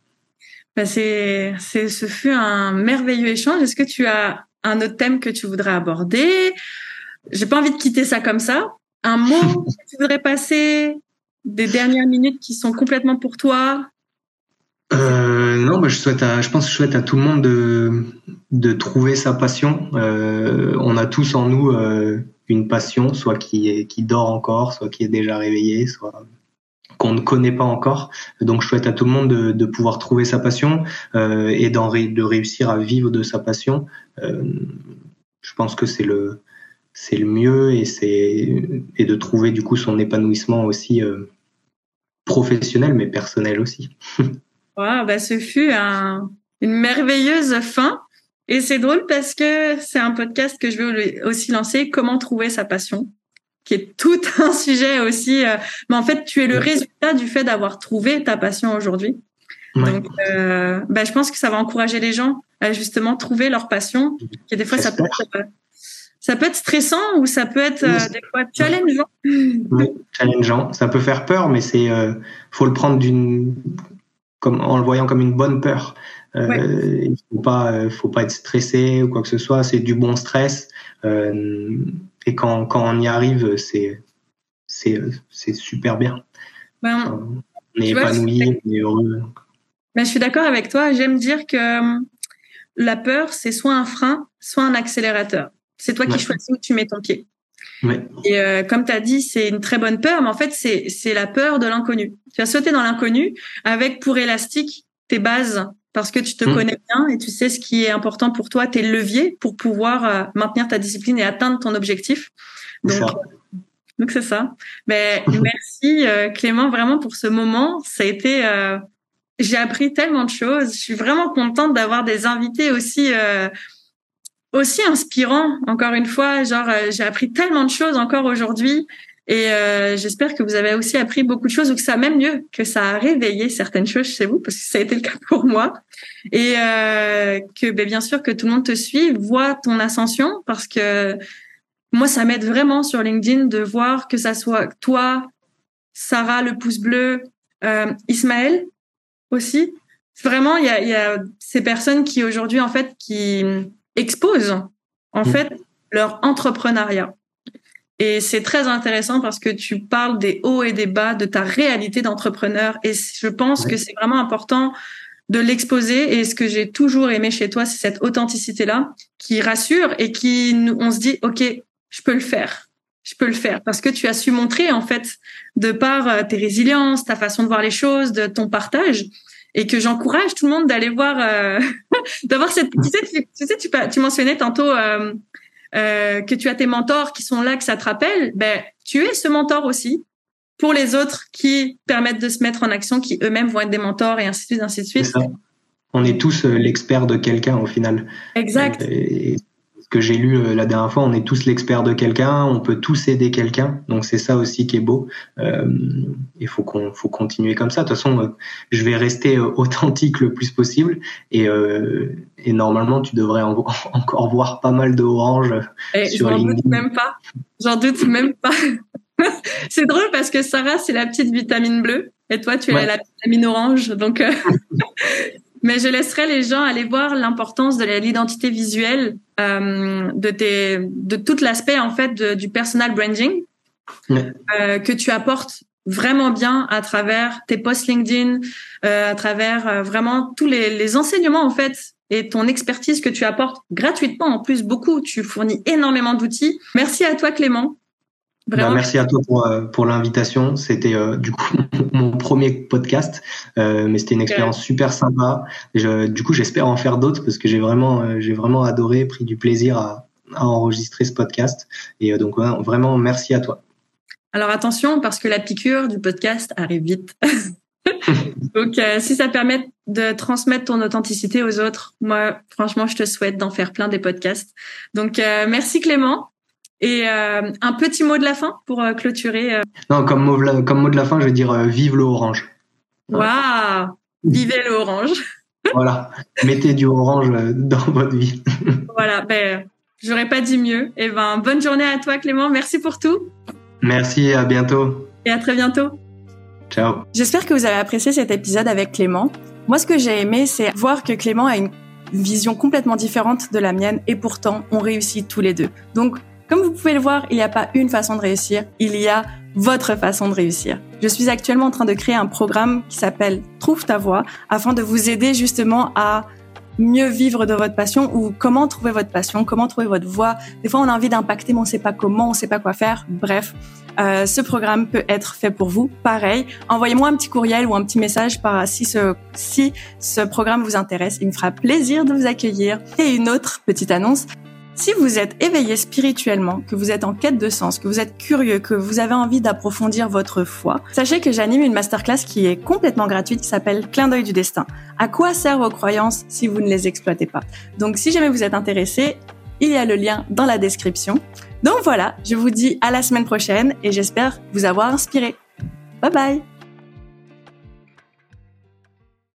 Ce fut un merveilleux échange. Est-ce que tu as un autre thème que tu voudrais aborder? J'ai pas envie de quitter ça comme ça. Un mot que tu voudrais passer, des dernières minutes qui sont complètement pour toi? Non, je pense que je souhaite à tout le monde de trouver sa passion. On a tous en nous une passion, soit qui dort encore, soit qui est déjà réveillée, soit qu'on ne connaît pas encore. Donc, je souhaite à tout le monde de pouvoir trouver sa passion et de réussir à vivre de sa passion. Je pense que c'est le mieux, et de trouver du coup son épanouissement aussi professionnel, mais personnel aussi. Wow, ce fut une merveilleuse fin. Et c'est drôle parce que c'est un podcast que je vais aussi lancer, comment trouver sa passion, qui est tout un sujet aussi. Mais en fait, tu es le résultat du fait d'avoir trouvé ta passion aujourd'hui. Ouais. Donc, je pense que ça va encourager les gens à justement trouver leur passion. Et des fois, ça peut être stressant ou ça peut être des fois challengeant. Oui, challengeant. Ça peut faire peur, mais faut le prendre en le voyant comme une bonne peur. Ouais. Il faut pas être stressé ou quoi que ce soit. C'est du bon stress. Et quand on y arrive, c'est super bien. On est épanoui, on est heureux. Je suis d'accord avec toi. J'aime dire que la peur, c'est soit un frein, soit un accélérateur. C'est toi qui choisis où tu mets ton pied. Ouais. Et comme tu as dit, c'est une très bonne peur, mais en fait, c'est la peur de l'inconnu. Tu vas sauter dans l'inconnu avec pour élastique tes bases, parce que tu te connais bien et tu sais ce qui est important pour toi, tes leviers pour pouvoir maintenir ta discipline et atteindre ton objectif. Donc c'est ça. Merci Clément vraiment pour ce moment. Ça a été, j'ai appris tellement de choses. Je suis vraiment contente d'avoir des invités aussi inspirant, encore une fois, j'ai appris tellement de choses encore aujourd'hui et j'espère que vous avez aussi appris beaucoup de choses, ou que ça, même mieux, que ça a réveillé certaines choses chez vous, parce que ça a été le cas pour moi, et que bien sûr que tout le monde te suive, voit ton ascension, parce que moi ça m'aide vraiment sur LinkedIn de voir que ça soit toi, Sarah le pouce bleu, Ismaël aussi. Vraiment, il y a ces personnes qui aujourd'hui en fait qui exposent en fait leur entrepreneuriat. Et c'est très intéressant parce que tu parles des hauts et des bas de ta réalité d'entrepreneur. Et je pense que c'est vraiment important de l'exposer. Et ce que j'ai toujours aimé chez toi, c'est cette authenticité-là qui rassure et on se dit, OK, je peux le faire. Je peux le faire parce que tu as su montrer en fait de par tes résiliences, ta façon de voir les choses, de ton partage. Et que j'encourage tout le monde d'aller voir, d'avoir cette. Tu sais, tu mentionnais tantôt que tu as tes mentors qui sont là, que ça te rappelle. Tu es ce mentor aussi pour les autres qui permettent de se mettre en action, qui eux-mêmes vont être des mentors et ainsi de suite, ainsi de suite. C'est ça. On est tous l'expert de quelqu'un au final. Exact. Que j'ai lu la dernière fois, on est tous l'expert de quelqu'un, on peut tous aider quelqu'un, donc c'est ça aussi qui est beau. Il faut continuer comme ça. De toute façon, je vais rester authentique le plus possible, et normalement tu devrais encore voir pas mal de orange sur LinkedIn. J'en doute même pas. C'est drôle parce que Sarah c'est la petite vitamine bleue et toi tu es la vitamine orange, donc. Mais je laisserai les gens aller voir l'importance de l'identité visuelle de tout l'aspect en fait du personal branding que tu apportes vraiment bien à travers tes posts LinkedIn, à travers vraiment tous les enseignements en fait et ton expertise que tu apportes gratuitement en plus beaucoup. Tu fournis énormément d'outils. Merci à toi Clément. Merci à toi pour l'invitation. C'était du coup mon premier podcast, mais c'était une expérience super sympa. Du coup, j'espère en faire d'autres parce que j'ai vraiment adoré, pris du plaisir à enregistrer ce podcast. Et donc vraiment merci à toi. Alors attention parce que la piqûre du podcast arrive vite. Donc si ça permet de transmettre ton authenticité aux autres, moi franchement je te souhaite d'en faire plein des podcasts. Donc merci Clément. Et un petit mot de la fin pour clôturer. Non, comme mot de la fin, je vais dire vive le orange. Waouh, vivez le orange. Voilà, mettez du orange dans votre vie. Voilà, j'aurais pas dit mieux. Et bonne journée à toi Clément, merci pour tout. Merci, à bientôt. Et à très bientôt. Ciao. J'espère que vous avez apprécié cet épisode avec Clément. Moi, ce que j'ai aimé, c'est voir que Clément a une vision complètement différente de la mienne et pourtant, on réussit tous les deux. Donc, comme vous pouvez le voir, il n'y a pas une façon de réussir, il y a votre façon de réussir. Je suis actuellement en train de créer un programme qui s'appelle Trouve ta voie afin de vous aider justement à mieux vivre de votre passion ou comment trouver votre passion, comment trouver votre voie. Des fois, on a envie d'impacter, mais on ne sait pas comment, on ne sait pas quoi faire. Bref, ce programme peut être fait pour vous. Pareil, envoyez-moi un petit courriel ou un petit message si ce programme vous intéresse. Il me fera plaisir de vous accueillir. Et une autre petite annonce. Si vous êtes éveillé spirituellement, que vous êtes en quête de sens, que vous êtes curieux, que vous avez envie d'approfondir votre foi, sachez que j'anime une masterclass qui est complètement gratuite qui s'appelle Clin d'œil du destin. À quoi servent vos croyances si vous ne les exploitez pas? Donc si jamais vous êtes intéressé, il y a le lien dans la description. Donc voilà, je vous dis à la semaine prochaine et j'espère vous avoir inspiré. Bye bye!